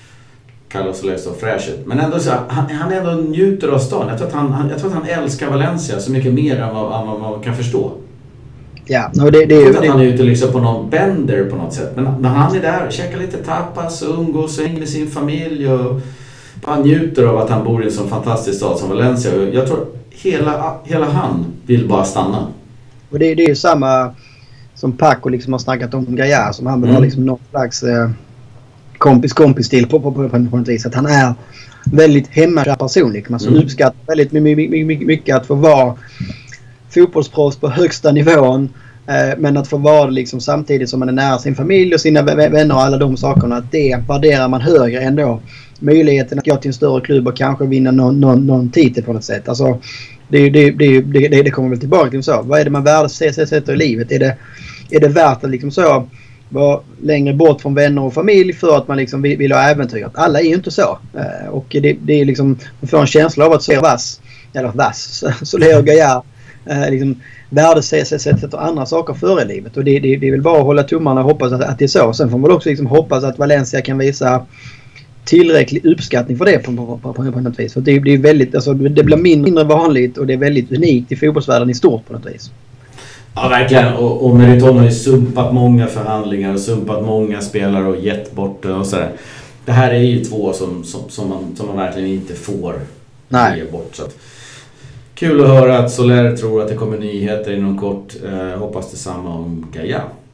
Carlos Soler så fräsch ut. Men ändå så, han, han ändå njuter av stan. Jag tror, att han, han, jag tror att han älskar Valencia så mycket mer än vad, än vad man kan förstå. Ja, no, det, det är ju... att han är ute liksom på någon bender på något sätt. Men när han är där och käkar lite tapas och umgås och hänger med sin familj och han njuter av att han bor i en sån fantastisk stad som Valencia. Jag tror hela, hela han vill bara stanna. Och det, det är ju samma som Paco liksom har snackat om Gaia, som han vill mm. ha liksom någon slags eh, kompis-kompis-stil på, på, på, på något vis. Att han är väldigt hemmakär personlig. Man mm. uppskattar väldigt mycket, mycket, mycket att få vara fotbollsproffs på högsta nivån, eh, men att få vara liksom samtidigt som man är nära sin familj och sina vänner och alla de sakerna, att det värderar man högre ändå. Möjligheten att gå till en större klubb och kanske vinna någon, någon, någon titel på något sätt. Alltså, det, det, det, det, det kommer väl tillbaka till så. Vad är det man värdesätter i livet? Är det, är det värt att liksom så vara längre bort från vänner och familj för att man liksom vill, vill ha äventyr? Alla är ju inte så. Eh, och det, det är liksom, man får en känsla av att så vass, eller vass, så Leo Gaia Eh, liksom värdesätter andra saker före livet, och det, det, det är väl bara att hålla tummarna och hoppas att, att det är så. Sen får man också liksom hoppas att Valencia kan visa tillräcklig uppskattning för det på, på, på, på, på något vis. För det, det, är väldigt, alltså, det blir mindre vanligt och det är väldigt unikt i fotbollsvärlden i stort på något vis. Ja, verkligen. Och, och Meriton har ju sumpat många förhandlingar och sumpat många spelare och gett bort och sådär. Det här är ju två som, som, som, man, som man verkligen inte får Nej. ge bort. Så att, kul att höra att Soler tror att det kommer nyheter inom kort. Eh, hoppas detsamma om Gaia.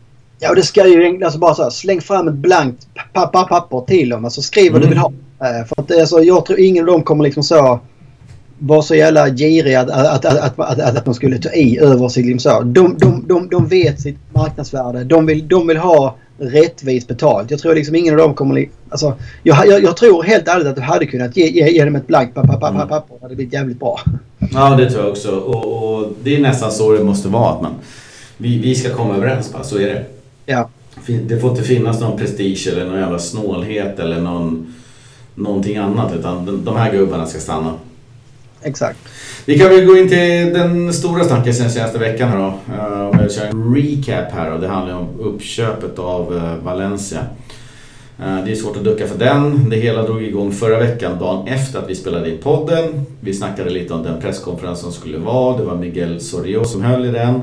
Ja, det ska ju alltså bara så här, släng fram ett blankt papper, papper till dem. Alltså skriv vad mm. du vill ha. Uh, för att alltså, jag tror ingen av dem kommer liksom så vara så jävla giriga att, att, att, att, att, att, att de skulle ta i över sig. Liksom så. De, de, de, de vet sitt marknadsvärde. De vill, de vill ha rättvist betalt. Jag tror liksom ingen av dem kommer... Alltså, jag, jag, jag tror helt ärligt att du hade kunnat ge, ge, ge dem ett blankt papper. papper, papper. Det hade blivit jävligt bra. Ja, det tror jag också. Och, och det är nästan så det måste vara. Att man, vi, vi ska komma överens, bara. Så är det. Ja. Det får inte finnas någon prestige eller någon jävla snålhet eller någon, någonting annat. Utan de, de här gubbarna ska stanna. Exakt. Vi kan väl gå in till den stora snacket sen senaste veckan här då. Uh, om jag kör en recap här då. Det handlar om uppköpet av uh, Valencia. Uh, det är svårt att ducka för den. Det hela drog igång förra veckan, dagen efter att vi spelade in podden. Vi snackade lite om den presskonferens som skulle vara. Det var Miguel Sorio som höll i den.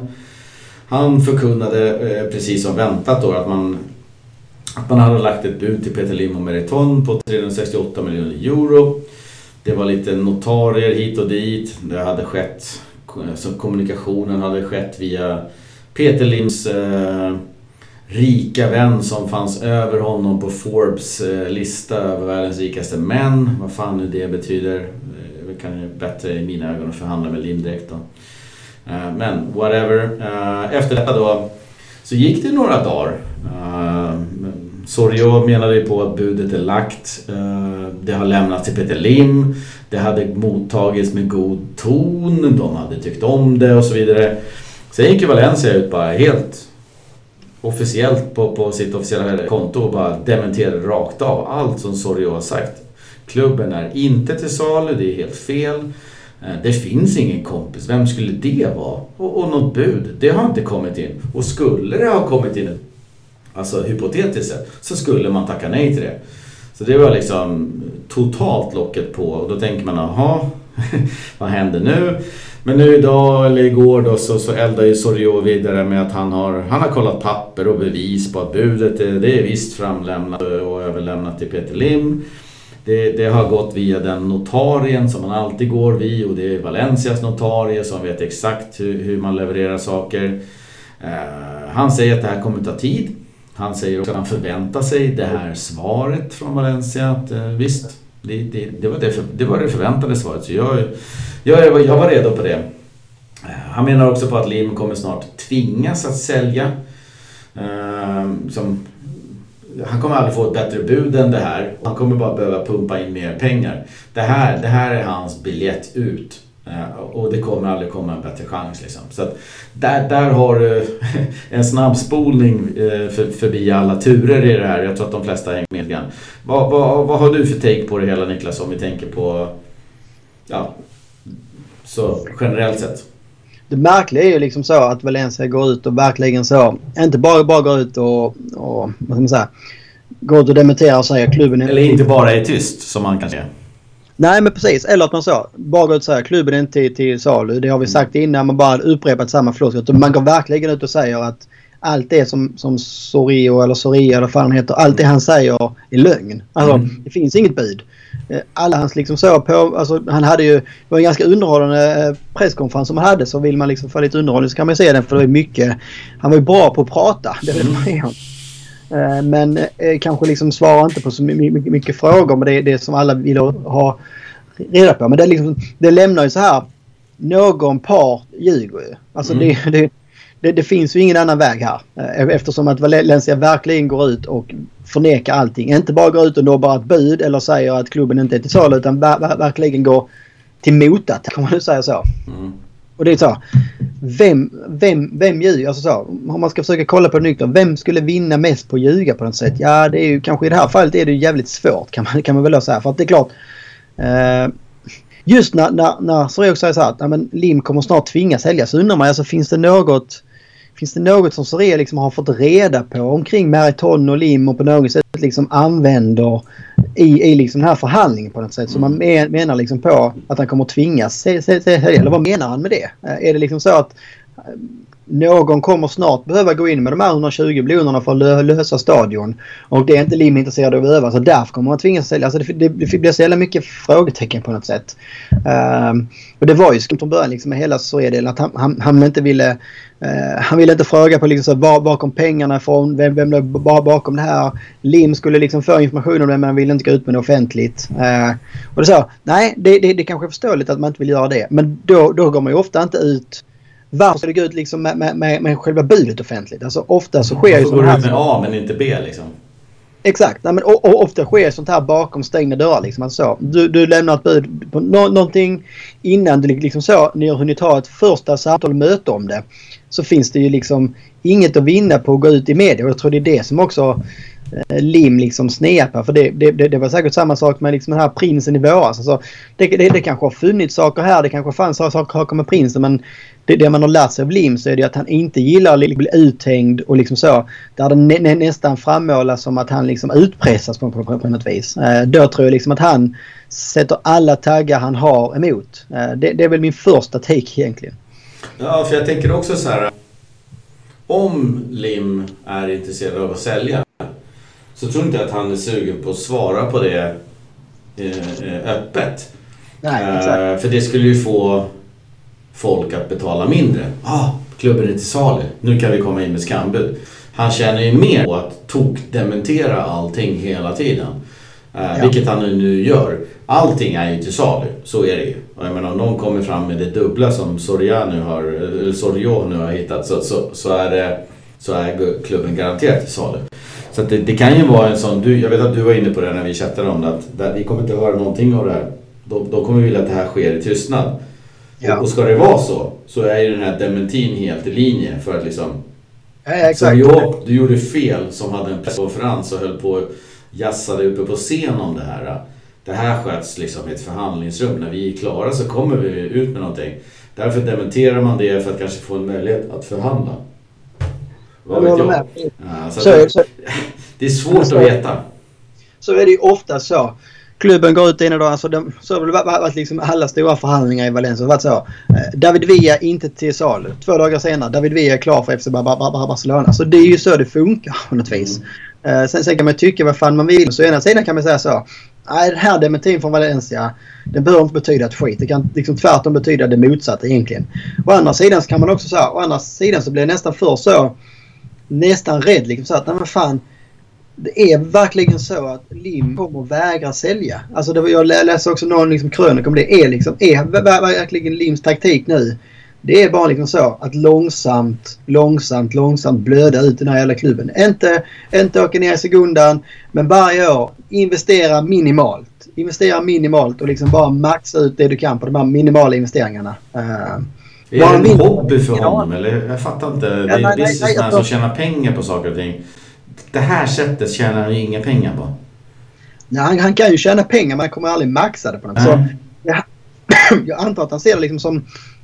Han förkunnade uh, precis som väntat då att man, att man hade lagt ett bud till Peter Lim och Meriton på trehundrasextioåtta miljoner euro. Det var lite notarier hit och dit. Det hade skett, så kommunikationen hade skett via Peter Lims eh, rika vän som fanns över honom på Forbes eh, lista över världens rikaste män. Vad fan nu det betyder. Det kan ju bättre i mina ögon att förhandla med Lim direkt då. Eh, men whatever. Eh, efter detta då så gick det några dagar. Eh, Sorio menade ju på att budet är lagt. Det har lämnats till Peter Lim. Det hade mottagits med god ton. De hade tyckt om det och så vidare. Sen gick ju Valencia ut bara helt officiellt på, på sitt officiella konto och bara dementerade rakt av allt som Sorio har sagt. Klubben är inte till salu, det är helt fel. Det finns ingen kompis. Vem skulle det vara? Och, och något bud, det har inte kommit in. Och skulle det ha kommit in, alltså hypotetiskt sett, så skulle man tacka nej till det. Så det var liksom totalt locket på. Och då tänker man, aha, vad händer nu? Men nu idag eller igår då så, så eldar ju Sorio vidare med att han har, han har kollat papper och bevis på att budet är, det är visst framlämnat och överlämnat till Peter Lim. Det, det har gått via den notarien som man alltid går vid, och det är Valencias notarie som vet exakt hur, hur man levererar saker. Uh, han säger att det här kommer ta tid. Han säger också att han förväntar sig det här svaret från Valencia. Att, uh, visst, det, det, det, var det, för, det var det förväntade svaret. Så jag, jag, jag var redo på det. Uh, han menar också på att Lim kommer snart tvingas att sälja. Uh, som, han kommer aldrig få ett bättre bud än det här. Han kommer bara behöva pumpa in mer pengar. Det här, det här är hans biljett ut. Och det kommer aldrig komma en bättre chans liksom. Så att där, där har du en snabbspolning för, förbi alla turer i det här. Jag tror att de flesta hänger med igen. Vad, vad, vad har du för take på det hela, Niklas, om vi tänker på, ja, så generellt sett? Det märkliga är ju liksom så att Valencia går ut och verkligen så, inte bara, bara går ut och, och vad ska man säga, går ut och dementerar och säger klubben... Eller inte bara är tyst, som man kan säga. Nej, men precis. Eller att man sa, bara går ut och säger klubben är inte till, till salu. Det har vi sagt innan, man bara upprepat samma floskel. Man går verkligen ut och säger att allt det som, som Sorio eller Soria eller vad han heter, allt det han säger är lögn. Alltså, mm. det finns inget bud. Alla hans liksom så på, alltså han hade ju, det var en ganska underhållande presskonferens som han hade, så vill man liksom få lite underhållning så kan man se den, för det var mycket, han var ju bra på att prata, det vet man ju. Men eh, kanske liksom svarar inte på så mycket, mycket frågor, men det är det som alla vill ha reda på. Men det, är liksom, det lämnar ju så här, någon part ljuger ju. Alltså mm. det, det, det, det finns ju ingen annan väg här. Eftersom att Valencia verkligen går ut och förnekar allting. Inte bara går ut och då bara ett bud eller säger att klubben inte är till salu, utan ver- verkligen går till motat, kan man ju säga så. Mm. Och det är så, vem, vem, vem ljuger? Alltså så, om man ska försöka kolla på det nykter, vem skulle vinna mest på att ljuga på något sätt? Ja, det är ju kanske i det här fallet är det ju jävligt svårt, kan man, kan man väl säga. För att det är klart, eh, just när, när, när Sorio säger så här att ja, men Lim kommer snart tvingas sälja, så undrar man, alltså finns det något finns det något som Sorio liksom har fått reda på omkring Meriton och Lim och på något sätt liksom använder i, i liksom den här förhandlingen på något sätt, så man menar liksom på att han kommer tvingas sälja, eller vad menar han med det? Är det liksom så att någon kommer snart behöva gå in med de här hundratjugo miljonerna för att lö- lösa stadion. Och det är inte Lim intresserad av att öva. Så därför kommer man tvingas sälja. Alltså det, det, det blir så jävla mycket frågetecken på något sätt. Um, och det var ju skumt från början liksom, med hela Soria-delen. Att han, han, han inte ville uh, han ville inte fråga på liksom, så, var bakom pengarna ifrån. Vem, vem låg bakom det här. Lim skulle liksom få information om det, men han ville inte gå ut med det offentligt. Uh, och det så, nej, det, det, det kanske är förståeligt att man inte vill göra det. Men då, då går man ju ofta inte ut. Varför ska det gå ut liksom med, med, med, med själva budet offentligt? Alltså ofta så sker ju sånt här... Går ut med A men inte B liksom. Exakt. Nej, men, och, och ofta sker sånt här bakom stängda dörrar liksom. Alltså, du, du lämnar ett bud på no- någonting innan du liksom så, ni har hunnit ha ett första samtal och möte om det. Så finns det ju liksom inget att vinna på att gå ut i media. Och jag tror det är det som också eh, Lim liksom snepar. För det, det, det, det var säkert samma sak med liksom den här prinsen i våras. Alltså, det, det, det kanske har funnits saker här. Det kanske fanns saker med prinsen. Men det, det man har lärt sig av Lim så är det att han inte gillar att bli uthängd och liksom så. Där det nä, nä, nästan frammålas som att han liksom utpressas på, på, på, på något vis. Eh, då tror jag liksom att han sätter alla taggar han har emot. Eh, det, det är väl min första take egentligen. Ja, för jag tänker också så här. Om Lim är intresserad av att sälja så tror inte att han är sugen på att svara på det eh, öppet. Nej, exakt. Eh, för det skulle ju få folk att betala mindre. Ah, klubben är till salu. Nu kan vi komma in med skambud. Han känner ju mer på att tok-dementera allting hela tiden. Eh, ja. Vilket han nu gör. Allting är ju till salu. Så är det ju. Och jag menar, om någon kommer fram med det dubbla som Soria nu har, eller Soria nu har hittat så, så, så, är det, så är klubben garanterat till salu. Så att det, det kan ju vara en sån... Du, jag vet att du var inne på det när vi chattade om det. Att där, vi kommer inte höra någonting av det här. Då, då kommer vi vilja att det här sker i tystnad. Ja. Och, och ska det vara så, så är ju den här dementin helt i linje för att liksom... Ja, exakt. Så du gjorde fel som hade en presskonferens och höll på och jassade uppe på scen om det här. Det här sköts liksom i ett förhandlingsrum. När vi är klara så kommer vi ut med någonting. Därför dementerar man det för att kanske få en möjlighet att förhandla. Vad vet jag? Ja, så så, så, det är svårt så, att veta. Så är det ju ofta så. Klubben går ut ena dagen, alltså de, så har det varit, varit liksom alla stora förhandlingar i Valencia. Varit så. David Villa inte till salu. Två dagar senare, David Villa är klar för F C Barcelona. Så det är ju så det funkar på något vis. Mm. Sen, sen kan man tycka vad fan man vill. Så ena sidan kan man säga så. Nej, den här dementin från Valencia, den behöver inte betyda ett skit. Det kan liksom tvärtom betyda det motsatta egentligen. Å andra sidan så kan man också säga, å andra sidan så blir det nästan för så, nästan rädd liksom så att, nej men fan, det är verkligen så att Lim kommer att vägra sälja. Alltså det var, jag läste också någon liksom krönik om det är liksom, är verkligen Lims taktik nu. Det är bara liksom så att långsamt, långsamt, långsamt blöda ut den här jävla klubben. Inte, inte åka ner i sekundan, men varje år investera minimalt. Investera minimalt och liksom bara maxa ut det du kan på de här minimala investeringarna. Uh, är det en min- hobby för honom? Eller? Jag fattar inte. Det är ja, businessman som tjänar pengar på saker och ting. Det här sättet tjänar han ju inga pengar på. Nej, han, han kan ju tjäna pengar, men han kommer aldrig maxa det på något. Mm. Så jag, jag antar att han ser det liksom som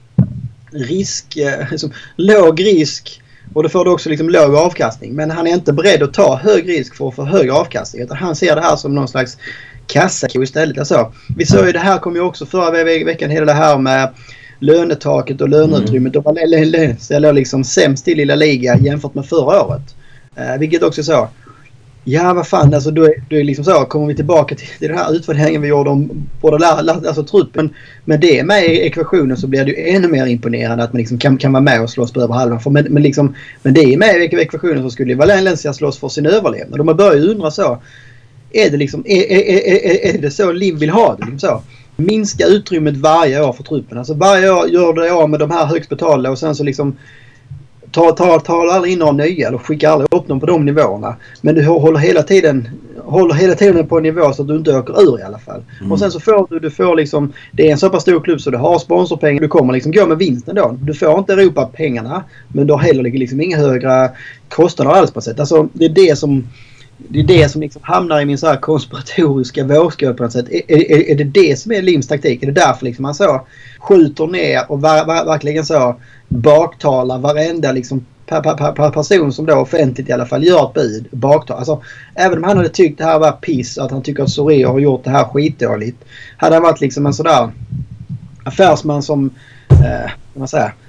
risk, liksom, låg risk, och då får du också liksom låg avkastning, men han är inte beredd att ta hög risk för att få hög avkastning, utan han ser det här som någon slags kassako istället. Alltså, vi såg ju det här, kom ju också förra ve- veckan hela det här med lönetaket och löneutrymmet, och Valencia låg liksom sämst till i La Liga jämfört med förra året, eh, vilket också så. Ja, vad fan, alltså då är, då är liksom så, kommer vi tillbaka till, till den här utvärderingen vi gjorde om både la, alltså truppen, men det med i ekvationen så blir det ju ännu mer imponerande att man liksom kan, kan vara med och slåss på över halvan. För, men, men, liksom, men det är med i ekvationen så skulle Valencia slåss för sin överlevnad. Och man börjar ju undra så, är det liksom, är, är, är, är det så Lim vill ha det? Liksom så. Minska utrymmet varje år för truppen. Alltså varje år gör det av med de här högst betalda och sen så liksom tar tar tar aldrig in några nya eller skickar aldrig upp dem på de nivåerna, men du håller hela tiden håller hela tiden på en nivå så att du inte åker ur i alla fall. Mm. Och sen så får du du får liksom, det är en så pass stor klubb så du har sponsorpengar, du kommer liksom gå med vinsten då. Du får inte Europa pengarna, men du har heller liksom inga högre kostnader alls på sätt. Alltså det är det som det är det som liksom hamnar i min så här konspiratoriska vågskål på något sätt. Är, är, är det det som är Lims taktik? Är det därför liksom man så skjuter ner och var, var, verkligen så baktalar varenda liksom per, per, per person som då offentligt i alla fall gör ett bud, baktalar. Alltså, även om han hade tyckt det här var piss, att han tycker att Soria har gjort det här skitdåligt, hade han varit liksom en sådär affärsman som eh, vad man säger,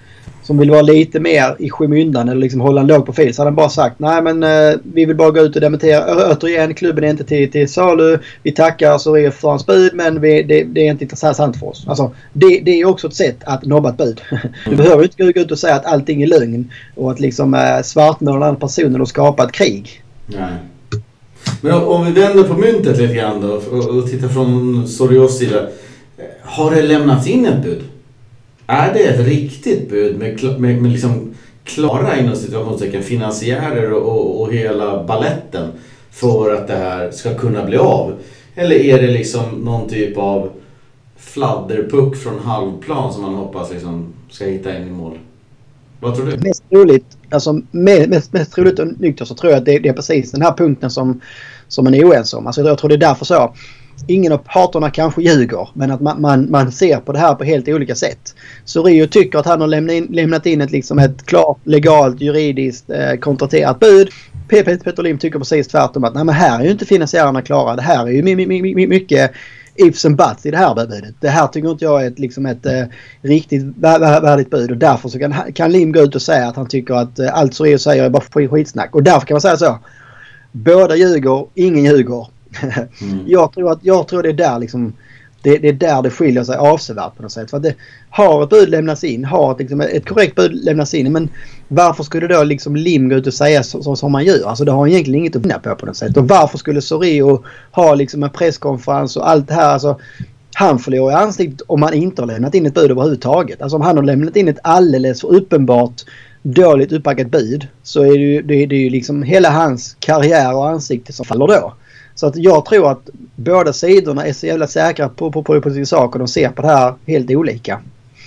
som vill vara lite mer i skymundan eller liksom hålla en låg profil, så hade han bara sagt nej men eh, vi vill bara gå ut och dementera återigen, klubben är inte till, till salu, vi tackar Sorio för hans bud men vi, det, det är inte intressant för oss. Alltså, det, det är också ett sätt att nobba ett bud. Du behöver inte gå ut och säga att allting är lögn och att liksom eh, svartmåla andra personer och skapa ett krig. Nej. Men om vi vänder på myntet lite grann då och, och tittar från Sorios sida, har det lämnats in ett bud? Är det ett riktigt bud med, med, med liksom klara inom situationstecken finansiärer och, och, och hela balletten för att det här ska kunna bli av? Eller är det liksom någon typ av fladderpuck från halvplan som man hoppas liksom ska hitta in i mål? Vad tror du? Mest troligt, alltså mest, mest troligt och nykter så tror jag att det, det är precis den här punkten som, som man är oense om. Alltså jag tror det är därför så. Ingen av parterna kanske ljuger, men att man, man, man ser på det här på helt olika sätt. Sorio tycker att han har lämnat in, lämnat in ett, liksom ett klart, legalt, juridiskt eh, kontrakterat bud. P P Peter Lim tycker precis tvärtom att nej, men här är ju inte finansiärerna klara. Det här är ju my, my, my, mycket ifs and buts i det här budet. Det här tycker inte jag är ett, liksom ett eh, riktigt värdigt bud och därför så kan, kan Lim gå ut och säga att han tycker att eh, allt Sorio säger är bara skitsnack. Och därför kan man säga så. Båda ljuger, ingen ljuger. Mm. Jag tror att jag tror det är där liksom det, det är där det skiljer sig avsevärt på något sätt. För att det har ett bud lämnats in, har ett, liksom, ett korrekt bud lämnats in, men varför skulle då liksom Lim gå ut och säga så, så, som man gör? Alltså det har egentligen inget att vinna på på något sätt. Och varför skulle Sorio ha liksom en presskonferens och allt det här? Alltså, han förlorar i ansiktet om man inte har lämnat in ett bud överhuvudtaget. Alltså om han har lämnat in ett alldeles för uppenbart dåligt uppbackat bud så är det ju, det, det är ju liksom hela hans karriär och ansikte som faller då. Så att jag tror att båda sidorna är så jävla säkra på, på, på, på sin sak och de ser på det här helt olika.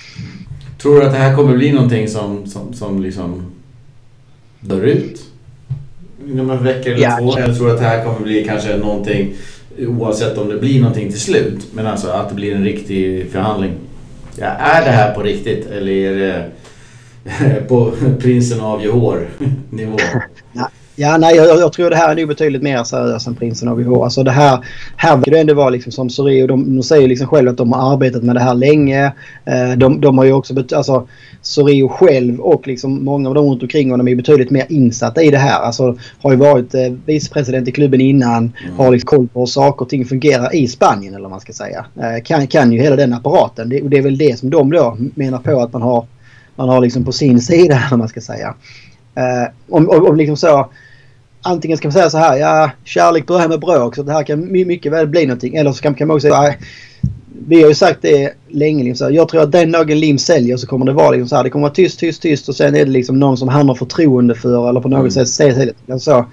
Tror du att det här kommer bli någonting som, som, som liksom dör ut inom en vecka eller ja, två? Eller tror du att det här kommer bli kanske någonting, oavsett om det blir någonting till slut, men alltså att det blir en riktig förhandling? Ja, är det här på riktigt eller är det på prinsen av Johor nivå? Ja. Ja, nej, jag, jag tror det här är nog betydligt mer seriöst än prinsen av Johor. Alltså det här, här verkar det ändå vara liksom som Sorio, de, de säger liksom själv att de har arbetat med det här länge. Eh, de, de har ju också, bet- alltså Sorio själv och liksom många av dem runt omkring honom är betydligt mer insatta i det här. Alltså har ju varit eh, vicepresident i klubben innan, mm. har liksom koll på hur saker och ting fungerar i Spanien eller vad man ska säga. Eh, kan, kan ju hela den apparaten. Det, det är väl det som de då menar på att man har, man har liksom på sin sida, vad man ska säga. Eh, om, om, om liksom så... Antingen ska man säga så här, ja, kärlek börjar med bråk så det här kan mycket väl bli någonting. Eller så kan, kan man också säga, vi har ju sagt det länge, liksom, så här, jag tror att den dagen Lim säljer så kommer det vara liksom så här, det kommer vara tyst, tyst, tyst och sen är det liksom någon som han har förtroende för eller på något mm. sätt säger det. Så, eh,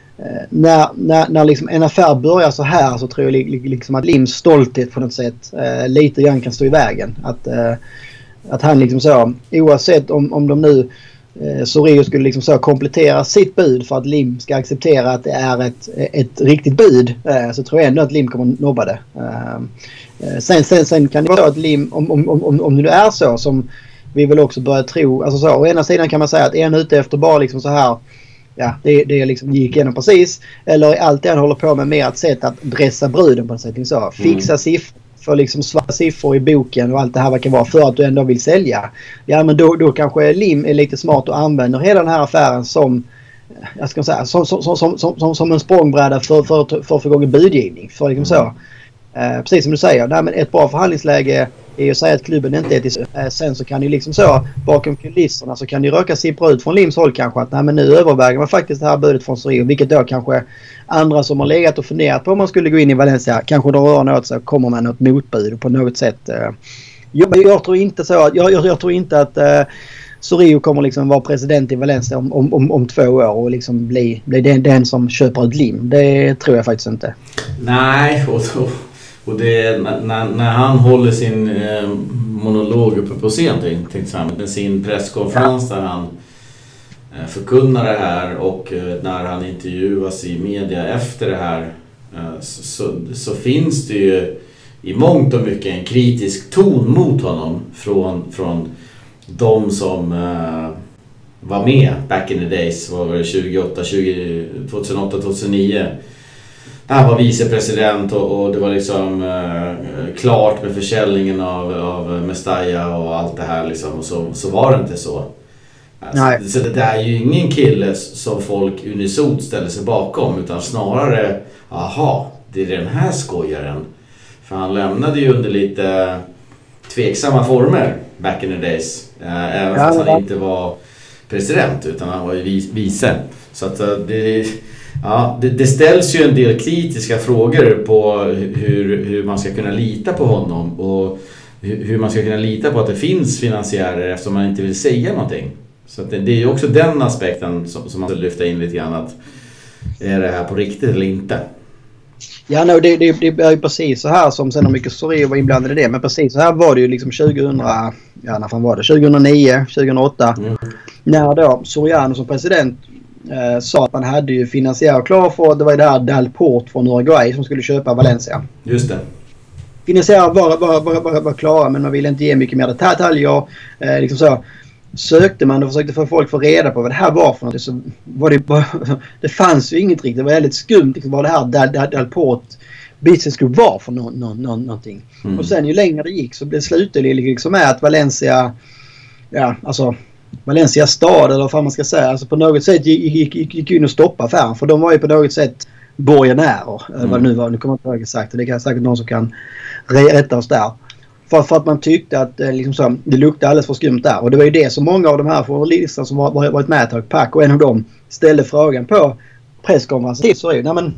när när, när liksom en affär börjar så här så tror jag liksom att Lims stolthet på något sätt eh, lite grann kan stå i vägen. Att, eh, att han liksom så, oavsett om, om de nu Eh, Sorio skulle liksom så komplettera sitt bud för att Lim ska acceptera att det är ett, ett riktigt bud, eh, så tror jag ändå att Lim kommer nobba det. Eh, sen, sen, sen kan det vara så att Lim, om, om, om, om det är så som vi väl också börjar tro, alltså så, å ena sidan kan man säga att är han ute efter bara liksom så här, ja, det, det liksom gick igenom precis, eller allt det han håller på med mer ett sätt att dressa bruden på ett sätt, så fixa mm. siffror för liksom svarta siffror i boken och allt det här vad kan vara för att du ändå vill sälja. Ja, men då, då kanske Lim är lite smart och använder hela den här affären som jag ska säga som, som, som, som, som, som en språngbräda för, för, för, för att få igång en budgivning. För liksom så. Eh, precis som du säger, nej, men ett bra förhandlingsläge är ju att säga att klubben inte är till eh, sen så kan ju liksom så bakom kulisserna så kan det ju röka sippra ut från Lims håll kanske att nej, men nu överväger man faktiskt det här budet från Sorio, vilket då kanske andra som har legat och funderat på om man skulle gå in i Valencia kanske de rör något så kommer man något motbud på något sätt. Eh, jag, jag tror inte så jag, jag, jag tror inte att eh, Sorio kommer liksom vara president i Valencia om, om, om, om två år och liksom bli, bli den, den som köper ett Lim. Det tror jag faktiskt inte. Nej, och så Och det, när, när han håller sin eh, monolog uppe på scen till exempel, sin presskonferens där han eh, förkunnar det här och eh, när han intervjuas i media efter det här eh, så, så finns det ju i mångt och mycket en kritisk ton mot honom från, från de som eh, var med back in the days, vad var det, tjugoåtta, tjugo, tjugohundraåtta tjugohundranio han var vicepresident och, och det var liksom eh, klart med försäljningen av, av Mestalla och allt det här liksom, och så, så var det inte så. Alltså, så det där är ju ingen kille som folk unisont ställer sig bakom, utan snarare, aha, det är den här skojaren. För han lämnade ju under lite tveksamma former back in the days. Eh, även fast han inte var president, utan han var ju vice. Så att det, ja, det, det ställs ju en del kritiska frågor på hur, hur man ska kunna lita på honom. Och hur, hur man ska kunna lita på att det finns finansiärer eftersom man inte vill säga någonting. Så att det, det är ju också den aspekten som, som man ska lyfta in lite grann. Att är det här på riktigt eller inte? Ja, no, det, det, det är ju precis så här som sen har mycket Sorio var inblandad i det. Men precis så här var det ju liksom tjugohundra, ja, när fan var det? tjugohundranio, tjugohundraåtta. Mm. När då Soriano som president eh, sa att man hade ju finansiär klar för, det var ju det här Dalport från Uruguay som skulle köpa Valencia. Just det. Finansiär var, var, var, var, var klara, men man ville inte ge mycket mer detaljer. Eh, liksom så. Sökte man och försökte få folk få reda på vad det här var för något, så var det bara, det fanns ju inget riktigt. Det var väldigt skumt liksom, vad det här Dal, Dal, Dalport business skulle vara för no, no, no, någonting. Mm. Och sen ju längre det gick så blev slutet liksom med att Valencia, ja alltså Valencia stad eller vad man ska säga, alltså på något sätt gick, gick, gick, gick in och stoppa affären, för de var ju på något sätt borgenärer, mm. vad det nu var, nu kommer jag inte ihåg exakt, det kan säkert någon som kan rätta oss där. För, för att man tyckte att liksom så, det luktade alldeles för skumt där. Och det var ju det som många av de här journalisterna som var, var, varit med ett tag, Pack och en av dem, ställde frågan på presskonferensen. Så är det, nej men,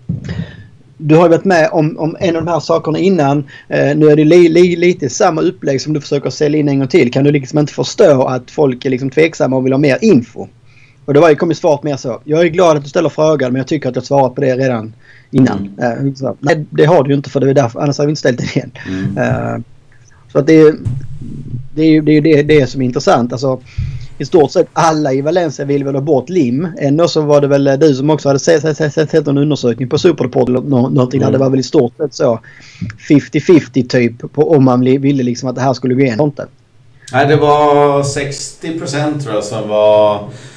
du har ju varit med om, om en av de här sakerna innan. Eh, nu är det li, li, lite samma upplägg som du försöker sälja in en gång till. Kan du liksom inte förstå att folk är liksom tveksamma och vill ha mer info? Och det var ju kommit svaret mer så. Jag är glad att du ställer frågan, men jag tycker att jag svarat på det redan innan. Mm. Uh, så, nej, det har du ju inte, för det är därför, annars har vi inte ställt det igen. Mm. Uh, så att det, det är ju det, det, det som är intressant. Alltså, i stort sett alla i Valencia vill väl ha bort Lim. Ändå så var det väl du som också hade sett, sett, sett, sett en undersökning på Superdeport eller någonting. Mm. Det var väl i stort sett så femtio femtio typ på om man ville liksom att det här skulle gå igenom. Inte. Nej, det var sextio procent tror jag som var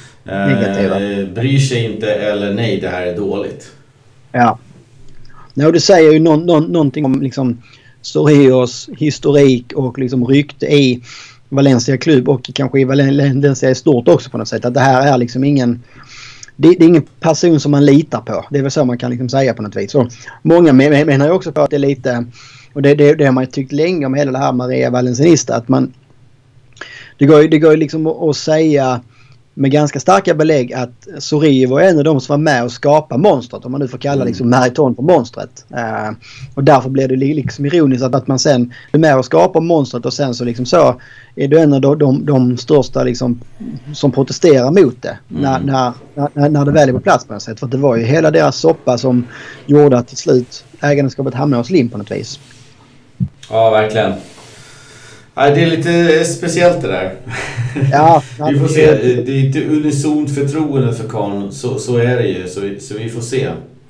eh, bryr sig inte eller nej, det här är dåligt. Ja. No, det säger ju någon, någon, någonting om liksom Sorios historik och liksom rykte i Valencia klubb och kanske i Valencia i stort också på något sätt. Att det här är liksom ingen, det, det är ingen person som man litar på. Det är väl så man kan liksom säga på något vis. Så många menar ju också på att det är lite, och det, det, det har man ju tyckt länge om hela det här Maria Valencianista, att man, det går ju det går ju liksom att säga med ganska starka belägg att Sorio var en av de som var med och skapa monstret, om man nu får kalla liksom Meriton för monstret. Uh, och därför blev det liksom ironiskt att, att man sen är med och skapar monstret och sen så liksom så är det en av de, de, de största liksom som protesterar mot det mm. när, när, när, när det väl är på plats på något sätt. För det var ju hela deras soppa som gjorde att till slut ägandeskapet hamnade hos Lim på något vis. Ja, verkligen. Ja, det är lite speciellt det där. Ja, vi får se. Det är inte unisont förtroende för Kahn. Så, så är det ju. Så vi, så vi får se.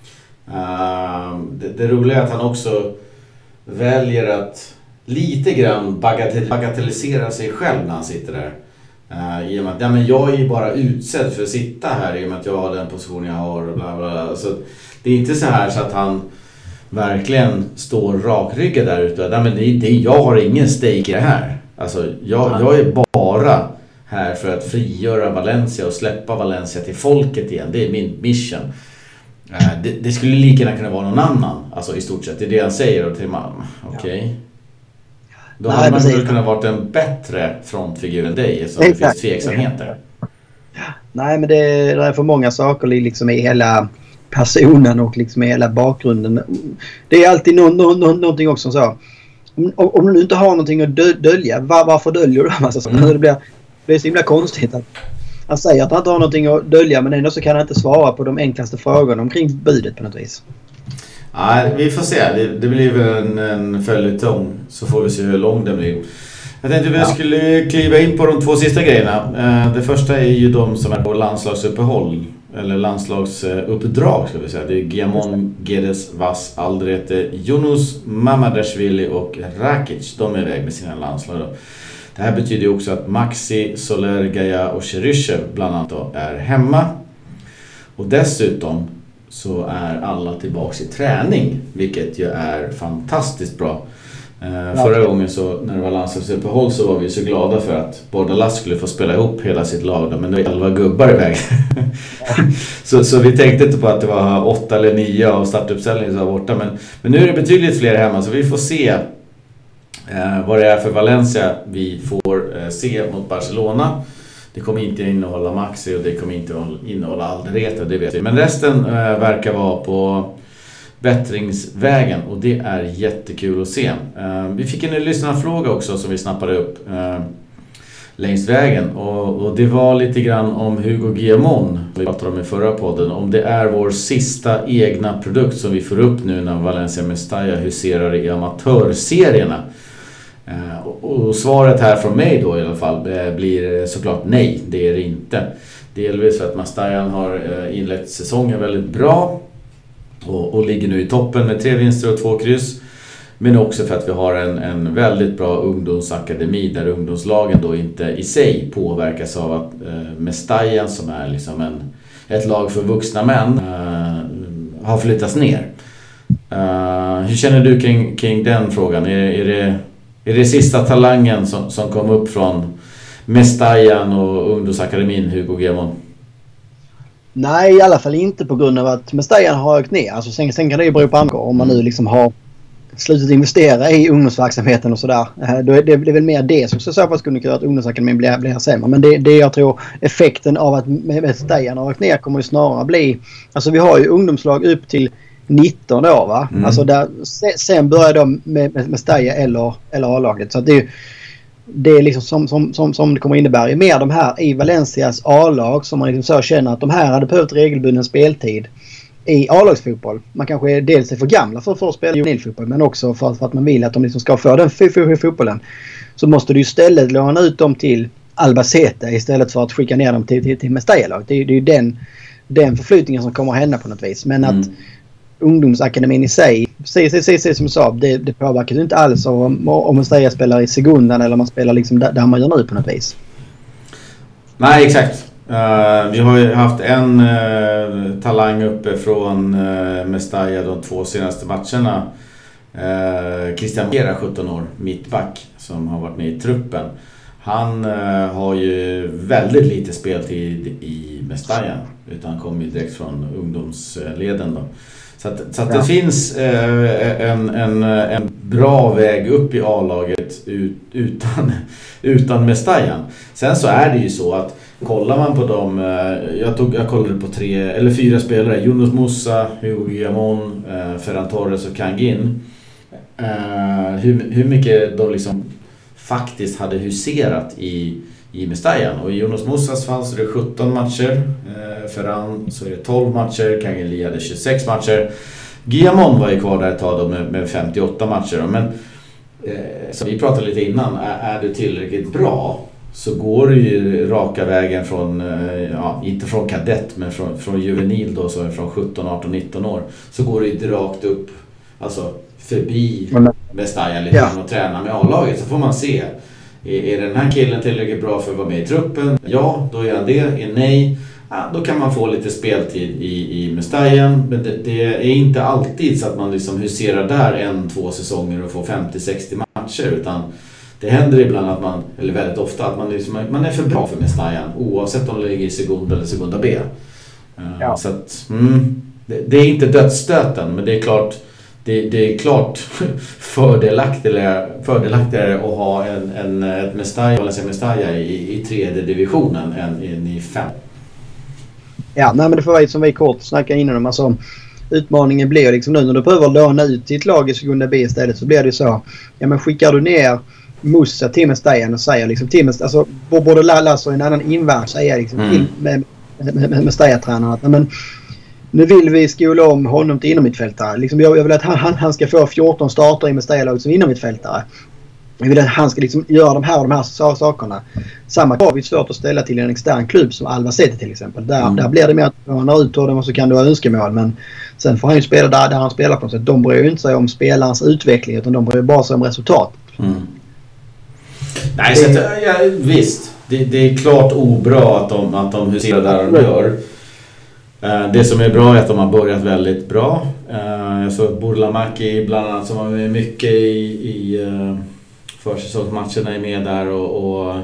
Uh, det, det roliga är att han också väljer att lite grann bagatell, bagatellisera sig själv när han sitter där. Uh, I och med att ja, men jag är ju bara utsedd för att sitta här i och med att jag har den position jag har. Och bla bla bla. Så det är inte så här så att han verkligen står rakryggad där ute. Nej, men det, det, jag har ingen stake i det här. Alltså, jag, jag är bara här för att frigöra Valencia och släppa Valencia till folket igen. Det är min mission. Det, det skulle lika gärna kunna vara någon annan. Alltså i stort sett. Det är det han säger. Och till man, okej. Okay. Då hade man väl kunnat varit en bättre frontfigur än dig. Så det finns tveksamheter. Nej, men det är, det är för många saker liksom i hela personen och liksom i hela bakgrunden. Det är alltid no, no, no, någonting också så. Om, om du inte har någonting att dö, dölja, var, varför döljer du en massa saker? Mm. Det blir, det blir så himla konstigt att han säger att han inte har någonting att dölja, men ändå så kan han inte svara på de enklaste frågorna omkring budet på något vis. Nej, vi får se. Det, det blir väl en, en följetong, så får vi se hur lång det blir. Jag tänkte att vi ja. skulle kliva in på de två sista grejerna. Det första är ju de som är på landslagsuppehåll. Eller landslagsuppdrag ska vi säga. Det är Guillamon, Guedes, Vass, Aldrete, Yunus, Mamadashvili och Rakic. De är iväg med sina landslag då. Det här betyder ju också att Maxi, Soler, Gaia och Cheryshev bland annat då är hemma. Och dessutom så är alla tillbaks i träning, vilket ju är fantastiskt bra. Uh, förra ja. gången så när det var landslagsuppehåll så var vi så glada för att Bordalas skulle få spela ihop hela sitt lag då, men det var elva gubbar iväg. Ja. så, så vi tänkte inte på att det var åtta eller nio av startuppställningen som var borta, men, men nu är det betydligt fler hemma, så vi får se uh, vad det är för Valencia vi får uh, se mot Barcelona. Det kommer inte innehålla Maxi och det kommer inte innehålla Alderete, det vet vi. Men resten uh, verkar vara på bättringsvägen och det är jättekul att se. Uh, vi fick en lyssnarfråga också som vi snappade upp uh, längs vägen och, och det var lite grann om Hugo Guillamón, vi pratade om i förra podden, om det är vår sista egna produkt som vi får upp nu när Valencia Mestalla huserar i amatörserierna. Uh, och, och svaret här från mig då i alla fall uh, blir såklart nej, det är det inte. Delvis för att Mestalla har uh, inlett säsongen väldigt bra Och, och ligger nu i toppen med tre vinster och två kryss. Men också för att vi har en, en väldigt bra ungdomsakademi där ungdomslagen då inte i sig påverkas av att eh, Mestalla, som är liksom en, ett lag för vuxna män, eh, har flyttats ner. Eh, hur känner du kring, kring den frågan? Är, är, det, är det sista talangen som, som kom upp från Mestalla och ungdomsakademin, Hugo Guillamón? Nej, i alla fall inte på grund av att Mestalla har ökat ner. Alltså, sen, sen kan det ju bero på andra. Om man nu liksom har slutat investera i ungdomsverksamheten och sådär. Då är det, det är väl mer det som så fall skulle göra att ungdomsakademin blir, blir sämre. Men det, det jag tror effekten av att Mestalla har ökat ner kommer ju snarare bli... Alltså vi har ju ungdomslag upp till nitton år, va? Mm. Alltså där, sen börjar de med Mestalla eller, eller A-laget. Så att det är ju... Det är liksom som, som, som, som det kommer innebära är mer de här i Valencias A-lag som man liksom så känner att de här hade behövt regelbunden speltid i A-lagsfotboll. Man kanske är dels är för gamla för, för att spela juvenilfotboll, men också för, för att man vill att de liksom ska få den f- f- fotbollen. Så måste du istället låna ut dem till Albacete istället för att skicka ner dem till, till, till Mestalla-lag. Det är, det är ju den, den förflyttningen som kommer att hända på något vis. Men mm. att ungdomsakademin i sig, precis, precis som jag sa, det, det påverkar ju inte alls om, om man säger spelar i sekundan eller om man spelar liksom där, där man gör nu på något vis. Nej, exakt. Uh, vi har ju haft en uh, talang uppe från uh, Mestalla de två senaste matcherna. Uh, Christian Mera, sjutton år, mittback, som har varit med i truppen. Han uh, har ju väldigt lite speltid i Mestalla, utan kom ju direkt från ungdomsleden då. Så att, så att ja. det finns eh, en, en, en bra väg upp i A-laget ut, utan, utan Mestalla. Sen så är det ju så att kollar man på dem, eh, jag, tog, jag kollade på tre eller fyra spelare, Yunus Musa, Hugo Guillamón, eh, Ferran Torres och Kangin. Eh, hur, hur mycket de liksom faktiskt hade huserat i i Mestalla. Och i Yunus Musas fall så är det sjutton matcher. Eh, Ferran så är det tolv matcher. Kangeli hade tjugosex matcher. Guillamón var ju kvar där ett tag då med, med femtioåtta matcher. Då. Men eh, som vi pratade lite innan, är, är du tillräckligt bra så går du ju raka vägen från, eh, ja, inte från kadett men från, från juvenil då, så från sjutton, arton, nitton år. Så går du ju rakt upp, alltså förbi Mestalla lite ja. och träna med A-laget, så får man se. Är den här killen tillräckligt bra för att vara med i truppen? Ja, då är han det. Är nej, ja, då kan man få lite speltid i, i Mestalla. Men det, det är inte alltid så att man liksom huserar där en, två säsonger och får femtio sextio matcher. Utan det händer ibland att man, eller väldigt ofta, att man, liksom, man är för bra för Mestalla. Oavsett om det ligger i Segunda eller Segunda B. Ja. Så att, mm, det, det är inte dödsstöten, men det är klart... Det, det är klart fördelaktigare, fördelaktigare att ha en, en, ett Mestalla, Mestalla i, i tredje divisionen än, än i fem. Ja, nej, men det får vara som vi kort snackade innan om. Alltså, utmaningen blir liksom nu när du behöver låna ut ditt lag i Segunda B istället, så blir det så. Ja, men skickar du ner Musa till Mestalla och säger liksom till Mestalla, alltså både Lallas och en annan invärld säger liksom mm. till med, med, med Mestalla-tränaren att men nu vill vi skola om honom till inomhittfältare. Liksom jag, jag vill att han, han ska få fjorton starter i Mestalla-laget som inomhittfältare. Jag vill att han ska liksom göra de här och de här sakerna. Samma krav är svårt att ställa till en extern klubb som Albacete till exempel. Där, mm. där blir det mer att man har ut dem och så kan du ha önskemål. Men sen får han ju spela där, där han spelar på något sätt. De bryr ju inte sig om spelarens utveckling, utan de bryr bara sig om resultat. Mm. Nej, så att, ja, visst. Det, det är klart obra att de, att de huserar där de gör. Det som är bra är att de har börjat väldigt bra. Jag såg Burlamaki bland annat som var med mycket i, i försäsongsmatcherna är med där och, och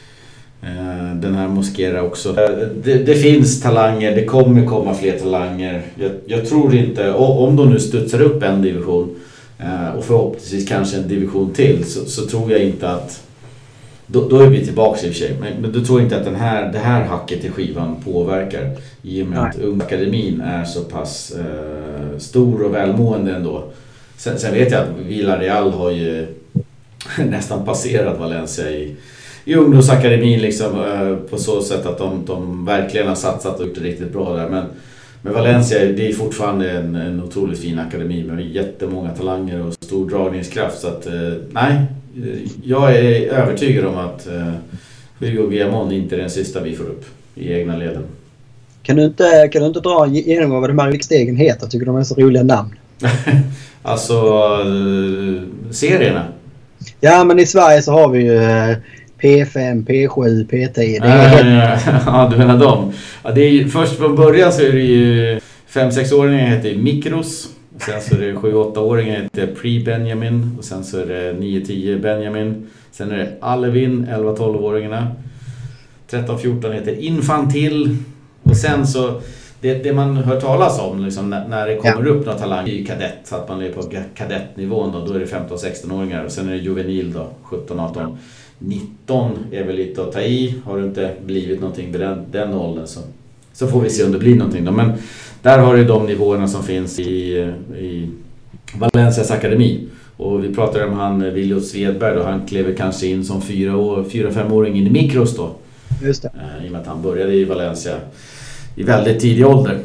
den här Mosquera också. Det, det finns talanger, det kommer komma fler talanger. Jag, jag tror inte, om de nu studsar upp en division och förhoppningsvis kanske en division till så, så tror jag inte att Då, då är vi tillbaka i och för sig. Men, men du tror inte att den här, det här hacket i skivan påverkar i och med Nej. Att Ungakademin är så pass eh, stor och välmående ändå. Sen, sen vet jag att Villarreal har ju nästan passerat Valencia i, i ungdomsakademin liksom, eh, på så sätt att de, de verkligen har satsat och gjort det riktigt bra där. Men, men Valencia, det är fortfarande en, en otroligt fin akademi med jättemånga talanger och stor dragningskraft. Så att, eh, nej, jag är övertygad om att eh, Hugo Guillamon inte är den sista vi får upp i egna leden. Kan du inte, kan du inte dra igenom vad de här stegen heter? Jag tycker de är så roliga namn. Alltså, eh, serierna? Ja, men i Sverige så har vi ju eh, P fem, P sju, P tio. Det är äh, helt... Ja, du menar dem. Ja, det är ju, först från början så är det ju fem sex åringar heter Mikros. Och sen så är det sju åtta åringar heter Pre-Benjamin. Och sen så är det nio tio Benjamin. Sen är det Alevin, elva tolv åringarna. tretton fjorton heter Infantil. Och sen så, det, det man hör talas om liksom, när, när det kommer ja. upp några talang i kadett. Så att man är på kadettnivån då, då är det femton sexton åringar. Och sen är det juvenil då, sjutton arton nitton är väl lite att ta i. Har det inte blivit någonting vid den, den åldern så, så får vi se om det blir någonting då. Men där har du de nivåerna som finns i, i Valencias akademi. Och vi pratade om han Williot Svedberg och han klev kanske in som fyra, år, fyra fem åring in i Mikros då. Just det. I och med att han började i Valencia i väldigt tidig ålder.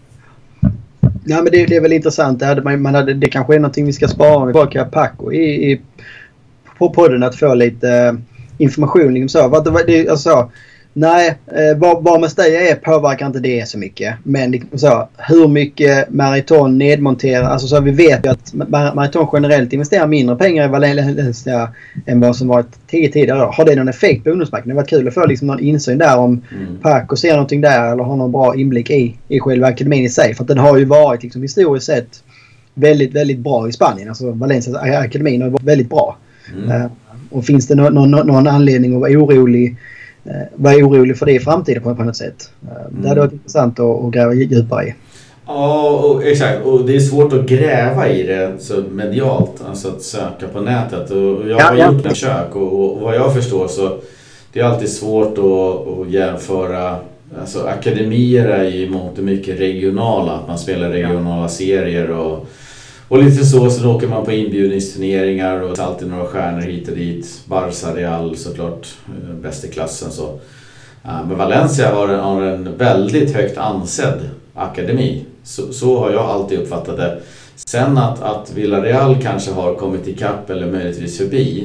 Ja, men det, det är väl intressant. Det, hade man, man hade, det kanske är någonting vi ska spara med Borka Paco i, i, på podden att få lite uh, information. Liksom så. Vad, det, alltså, nej, eh, vad, vad Mestalla är påverkar inte det så mycket. Men liksom så, hur mycket Marathon nedmonterar. Alltså så vi vet ju att Marathon generellt investerar mindre pengar i Valencia än vad som varit tio tidigare. Har det någon effekt på ungdomsmarknaden? Det var kul att få liksom någon insyn där om mm. Paco ser någonting där eller har någon bra inblick i, i själva akademin i sig. För att den har ju varit liksom, historiskt sett väldigt, väldigt bra i Spanien. Alltså Valencias akademin har varit väldigt bra. Mm. Uh, och finns det no- no- någon anledning att vara orolig Uh, var orolig för det i framtiden på, på något sätt. Uh, mm. Det hade varit intressant att, att gräva djupare i. Ja, och, exakt. Och det är svårt att gräva i det så medialt. Alltså att söka på nätet. Och jag har ja, gjort ja. en kök och, och, och vad jag förstår så det är alltid svårt att, att jämföra. Alltså akademier är ju mångt och mycket regionala. Man spelar regionala ja. serier och Och lite så, så åker man på inbjudningsturneringar och alltid några stjärnor hit och dit. Barça, Real såklart, bäst i klassen så. Men Valencia har en, har en väldigt högt ansedd akademi. Så, så har jag alltid uppfattat det. Sen att, att Villarreal kanske har kommit i kapp eller möjligtvis förbi.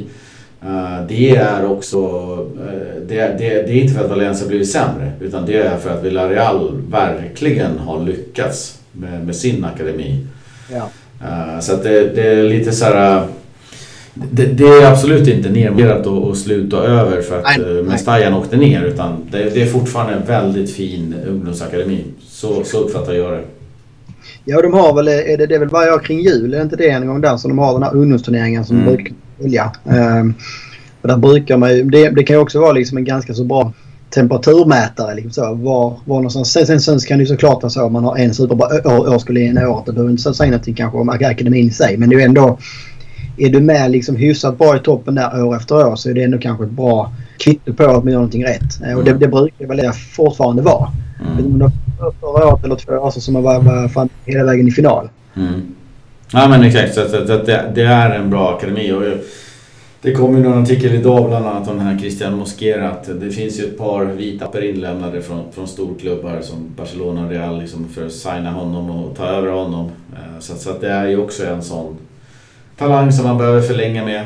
Det är också, det är, det, det är inte för att Valencia har blivit sämre. Utan det är för att Villarreal verkligen har lyckats med, med sin akademi. Ja. Uh, så att det, det är lite så här. Det, det är absolut inte nermonterat och, och sluta över för att uh, Mestalla åkte ner utan det, det är fortfarande en väldigt fin ungdomsakademi. Så, så uppfattar jag det. Ja, de har väl, är det, det är väl varje år kring jul, är det inte det en gång där som de har den här ungdomsturneringen som mm. brukar följa. Um, och där brukar man det, det kan ju också vara liksom en ganska så bra temperaturmätare liksom så var, var någonstans. Sen, sen, sen kan det ju såklart vara så om man har en superbra år, årskull i en år. Det behöver inte säga någonting kanske om akademin i sig. Men det är ju ändå, är du med liksom hyfsat bra i toppen där år efter år så är det ändå kanske ett bra kvitto på att man gör någonting rätt. Mm. Och det, det brukar väl fortfarande vara. Mm. Men förra året eller två år så som man var, var fan hela vägen i final. Mm. Ja men exakt, så, så, så det, det är en bra akademi och det kommer ju någon artikel idag bland annat om den här Christian Mosquera att det finns ju ett par vita per inlämnade från, från storklubbar som Barcelona och Real liksom för att signa honom och ta över honom. Så, så att det är ju också en sån talang som man behöver förlänga med.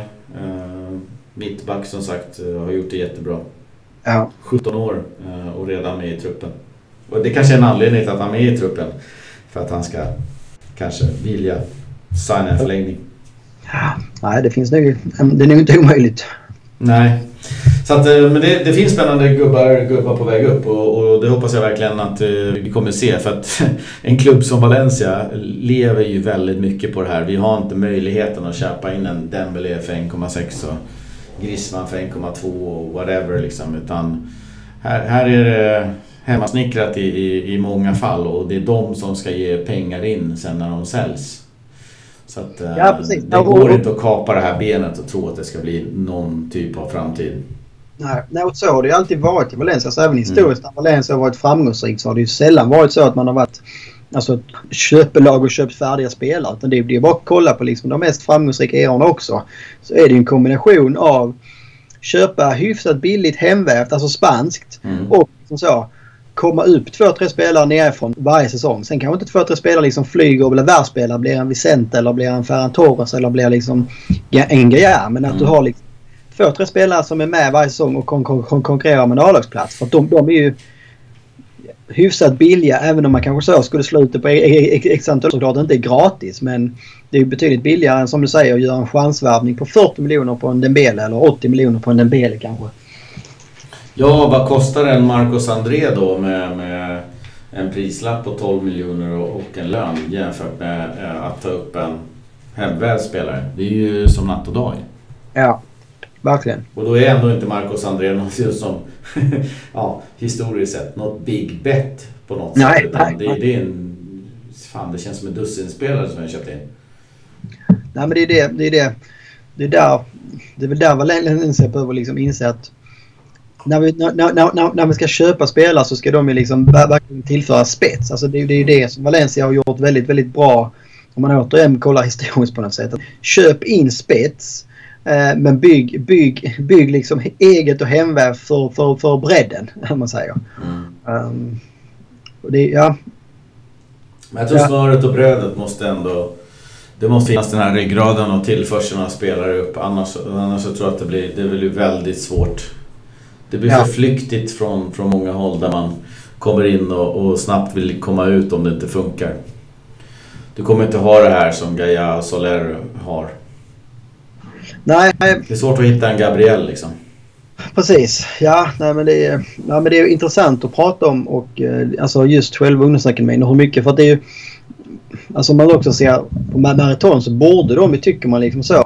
Mittback som sagt har gjort det jättebra. Ja. sjutton år och redan med i truppen. Och det kanske är en anledning till att han är med i truppen för att han ska kanske vilja signa en förlängning. Nej, det finns nog, det är nog inte omöjligt. Nej. Så att, men det, det finns spännande gubbar, gubbar på väg upp och, och det hoppas jag verkligen att vi kommer se, för att en klubb som Valencia lever ju väldigt mycket på det här. Vi har inte möjligheten att köpa in en Dembélé för en komma sex och Griezmann för en komma två och whatever liksom, utan här, här är det hemmasnickrat i, i, i många fall och det är de som ska ge pengar in sen när de säljs. Så att, ja, precis. Det går inte att kapa det här benet och tro att det ska bli någon typ av framtid. Nej, nej, så har det ju alltid varit i Valencia. Så även historiskt när Valencia har varit framgångsrikt så har det ju sällan varit så att man har varit alltså, köpelag och köpt färdiga spelare. Utan det är ju bara att kolla på liksom, de mest framgångsrika erorna också. Så är det ju en kombination av köpa hyfsat billigt hemvävt, alltså spanskt, mm. och liksom så, komma upp två, tre spelare nerifrån varje säsong. Sen kanske inte två, tre spelare liksom flyger och blir världsspelare, blir en Vicente eller blir en Ferran Torres eller blir liksom en Gaia. Men att mm. du har liksom två, tre spelare som är med varje säsong och kon- kon- konkurrerar med en A-lagsplats. För att de, de är ju hyfsat billiga, även om man kanske så skulle sluta på x antal, såklart inte är gratis, men det är ju betydligt billigare än, som du säger, att göra en chansvärvning på fyrtio miljoner på en Dembélé eller åttio miljoner på en Dembélé kanske. Ja, vad kostar en Marcos André då med, med en prislapp på tolv miljoner och, och en lön jämfört med eh, att ta upp en hemvävd spelare? Det är ju som natt och dag. Ja, verkligen. Och då är ändå inte Marcos André något som ja, historiskt sett något big bet på något nej, sätt. Utan nej, det, nej. det är en fan, det känns som en dussinspelare som jag köpt in. Nej, men det är det, det är det. Det är där, det är väl där Valencia behöver liksom inse att när vi, när, när, när, när vi ska köpa spelare så ska de ju liksom verkligen tillföra spets. Alltså det, det är ju det som Valencia har gjort väldigt, väldigt bra. Om man återigen kollar historiskt på något sätt. Köp in spets, eh, men bygg, bygg, bygg liksom eget och hemväv för, för, för bredden, om man säger. Mm. Um, och det, ja. Men jag tror smöret och brödet måste ändå, det måste finnas den här ryggraden och tillförseln av spelare upp. Annars, annars så tror jag att det blir, det blir väldigt svårt. Det blir ja. för flyktigt från, från många håll där man kommer in och, och snabbt vill komma ut om det inte funkar. Du kommer inte ha det här som Gaia Soler har. Nej. Det är svårt att hitta en Gabriel liksom. Precis, ja, nej, men det är, ja, men det är intressant att prata om och eh, alltså just själva ungdomsakademin och hur mycket, för att det är ju, alltså man också ser på Marathon så borde de, tycker man liksom så,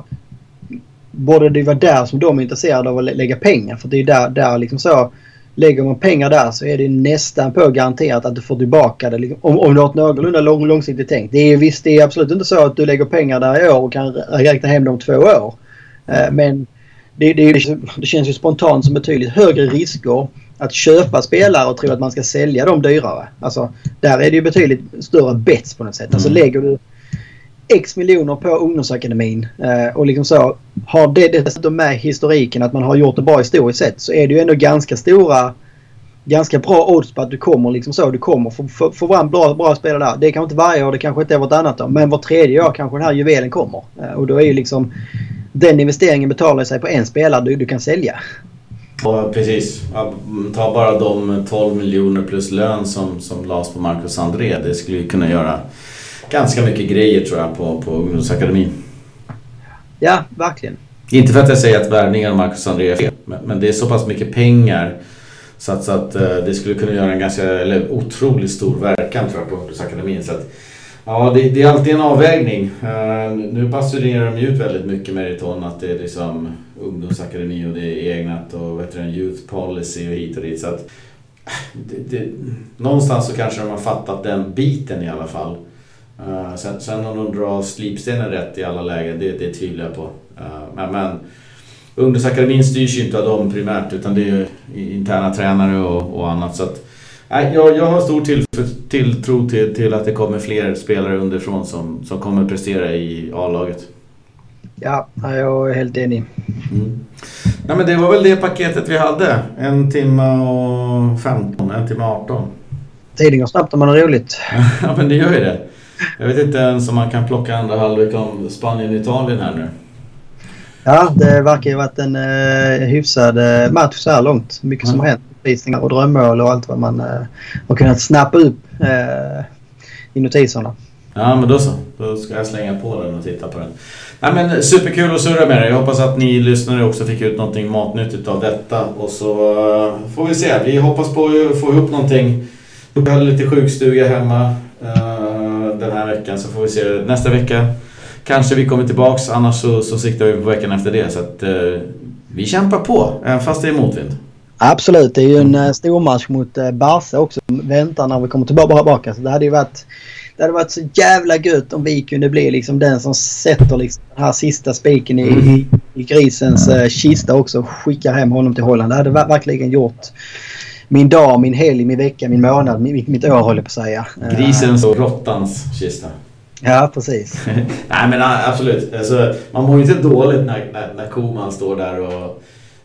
borde det vara där som de är intresserade av att lä- lägga pengar, för det är där, där liksom så, lägger man pengar där så är det nästan på garanterat att du får tillbaka det liksom, om, om du har ett någorlunda lång, långsiktigt tänkt. Det är visst, det är absolut inte så att du lägger pengar där i år och kan räkna hem dem två år, eh, men Det, det, det känns ju spontant som betydligt högre risker att köpa spelare och tro att man ska sälja dem dyrare. Alltså, där är det ju betydligt större bets på något sätt. Alltså lägger du x miljoner på ungdomsakademin eh, och liksom så har det dessutom med historiken att man har gjort det bra historiskt sett, så är det ju ändå ganska stora, ganska bra odds på att du kommer liksom så, du kommer få, få, få fram bra, bra spelare där. Det är kanske inte varje år, det kanske inte är vartannat år, men var tredje år kanske den här juvelen kommer. Eh, och då är ju liksom den investeringen betalar sig på en spelare du, du kan sälja. Ja, precis. Ta bara de tolv miljoner plus lön som, som lades på Marcos André. Det skulle ju kunna göra ganska mycket grejer tror jag på, på ungdomsakademin. Ja, verkligen. Inte för att jag säger att värvningen av Marcos André är fel, men, men det är så pass mycket pengar så att, så att det skulle kunna göra en ganska, eller otroligt stor verkan tror jag på ungdomsakademin. Så att ja, det, det är alltid en avvägning. Uh, nu passionerar de ju ut väldigt mycket med Meriton att det är liksom ungdomsakademi och det är egnat och vet du, en youth policy och hit och dit. Så att, det, det, någonstans så kanske de har fattat den biten i alla fall. Uh, sen, sen om de drar slipstenen rätt i alla lägen, det, det tvivlar jag på. Uh, men, men ungdomsakademin styrs ju inte av dem primärt, utan det är ju interna tränare och, och annat. Så att Jag, jag har stor till, tilltro till, till att det kommer fler spelare underifrån som, som kommer prestera i A-laget. Ja, jag är helt enig. Mm. Ja, men det var väl det paketet vi hade. En timme och femton, en timme och arton. Tiden går snabbt om man har roligt. Ja, men det gör ju det. Jag vet inte ens om man kan plocka andra halvlek om Spanien och Italien här nu. Ja, det verkar ju varit en eh, hyfsad eh, match så här långt. Mycket mm. som har hänt. Visningar och drömmål och allt vad man eh, har kunnat snappa upp eh, i notiserna. Ja, men då så. Då ska jag slänga på den och titta på den. Nej, men superkul att surra med dig. Jag hoppas att ni lyssnare också fick ut någonting matnyttigt av detta. Och så uh, får vi se. Vi hoppas på att få ihop någonting. Vi har lite sjukstuga hemma uh, den här veckan. Så får vi se nästa vecka. Kanske vi kommer tillbaks. Annars så, så siktar vi på veckan efter det. Så att uh, vi kämpar på. Även fast det är motvind. Absolut, det är ju en uh, stor match mot uh, Barca också. Väntar när vi kommer tillbaka. Så det hade ju varit... Det hade varit så jävla gött om vi kunde bli liksom den som sätter liksom den här sista spiken i, mm. i, i grisens uh, kista också och skickar hem honom till Holland. Det hade verkligen gjort min dag, min helg, min vecka, min månad, mitt, mitt år håller på att säga. Grisens och råttans kista. Ja, precis. Nej, men absolut. Alltså, man mår ju inte dåligt när, när, när Koeman står där och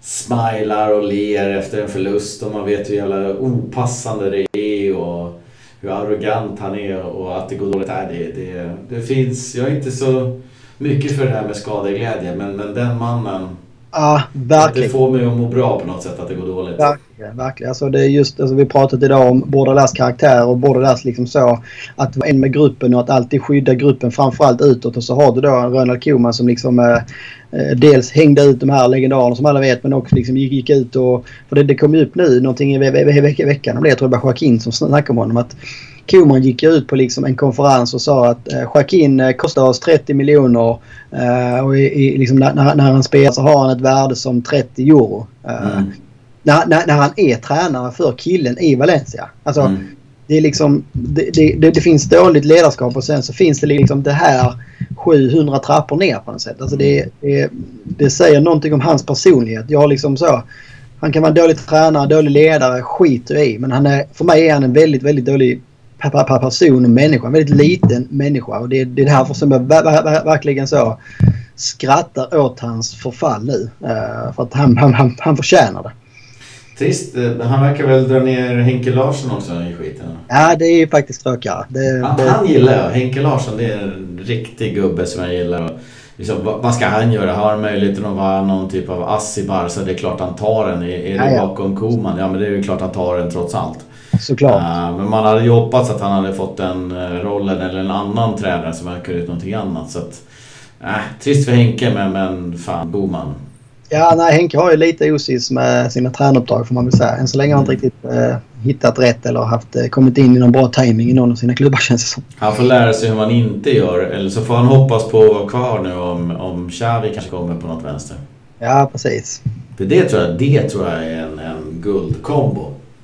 smilar och ler efter en förlust och man vet hur jävla opassande det är och hur arrogant han är och att det går dåligt här. Det, det, det finns, jag är inte så mycket för det här med skadeglädje, men, men den mannen, ja, verkligen. Det får mig att må bra på något sätt att det går dåligt. Verkligen, verkligen. Alltså det är just, alltså vi pratat idag om Bordelas karaktär och Bordelas liksom så att vara en med gruppen och att alltid skydda gruppen framförallt utåt, och så har du då Ronald Koeman som liksom eh, dels hängde ut de här legendarerna som alla vet, men också liksom gick, gick ut och, för det, det kom ju upp nu någonting i ve- ve- ve- veckan om det, jag tror det var Joaquin som snackade om honom, att Koeman gick ut på liksom en konferens och sa att eh, Joaquin eh, kostar oss trettio miljoner eh, och i, i, liksom när, när han spelar så har han ett värde som trettio euro. Eh, mm. när, när, när han är tränare för killen i Valencia. Alltså, mm. det, är liksom, det, det, det, det finns dåligt ledarskap och sen så finns det liksom det här sjuhundra trappor ner på något sätt. Alltså det, det, det säger någonting om hans personlighet. Jag har liksom så... Han kan vara en dålig tränare, dålig ledare, skiter i. Men han är, för mig är han en väldigt, väldigt dålig person och människa. En väldigt liten människa. Och det, det är därför som jag ver, ver, verkligen så skrattar åt hans förfall nu. Uh, för att han, han, han, han förtjänar det. Trist. Han verkar väl dra ner Henke Larsson också i skiten. Ja, det är ju faktiskt tråkigare. Det, han, det... han gillar jag. Henke Larsson, det är en riktig gubbe som jag gillar. Liksom, vad ska han göra? Har han möjligheten att vara någon typ av ass i Barca? Det är klart han tar den. Är, är det ja, ja. bakom Koeman? Ja, men det är ju klart han tar den trots allt. Såklart. Uh, men man hade ju hoppats att han hade fått den uh, rollen eller en annan tränare som verkar ut någonting annat. Så att, uh, trist för Henke, men, men fan, Boman. Ja, nej, Henke har ju lite osis med sina tränuppdrag får man väl säga. Än så länge har han inte riktigt uh, hittat rätt eller haft uh, kommit in i någon bra timing i någon av sina klubbar, känns det som. Han får lära sig hur man inte gör, eller så får han hoppas på att vara kvar nu om, om Xavi kanske kommer på något vänster. Ja, precis. För det tror jag, det tror jag är en, en guldkombo.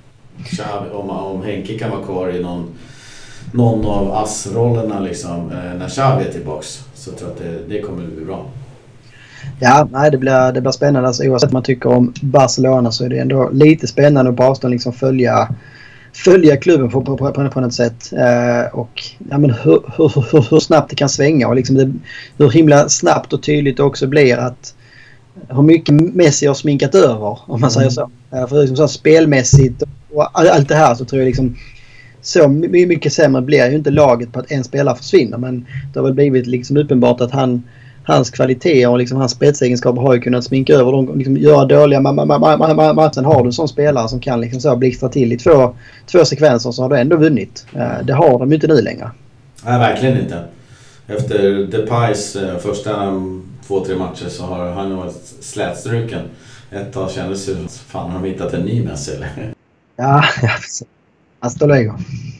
Xavi, om, om Henke kan vara kvar i någon, någon av ass-rollerna liksom, eh, när Xavi är tillbaks, så tror jag att det, det kommer bli bra. Ja, nej, det blir, det blir spännande. Alltså, oavsett vad man tycker om Barcelona så är det ändå lite spännande att på avstånd liksom följa, följa klubben på, på, på, på något sätt. Eh, och ja, men hur, hur, hur, hur snabbt det kan svänga och liksom det, hur himla snabbt och tydligt det också blir att hur mycket Messi har sminkat över, om man säger så. Eh, för liksom så spelmässigt och allt det här så tror jag liksom så mycket sämre blir ju inte laget på att en spelare försvinner, men det har väl blivit liksom uppenbart att han, hans kvaliteter och liksom hans spetsegenskaper har ju kunnat sminka över dem, liksom göra dåliga matchen. Har du en sån spelare som kan liksom så blixtra till i två, två sekvenser så har du ändå vunnit. Det har de ju inte nu längre. Nej, verkligen inte. Efter Depays första två, tre matcher så har han varit slätstruken. Ett tag kändes ju fan har de hittat en ny Messi eller? Ja, ja precis. Hasta luego.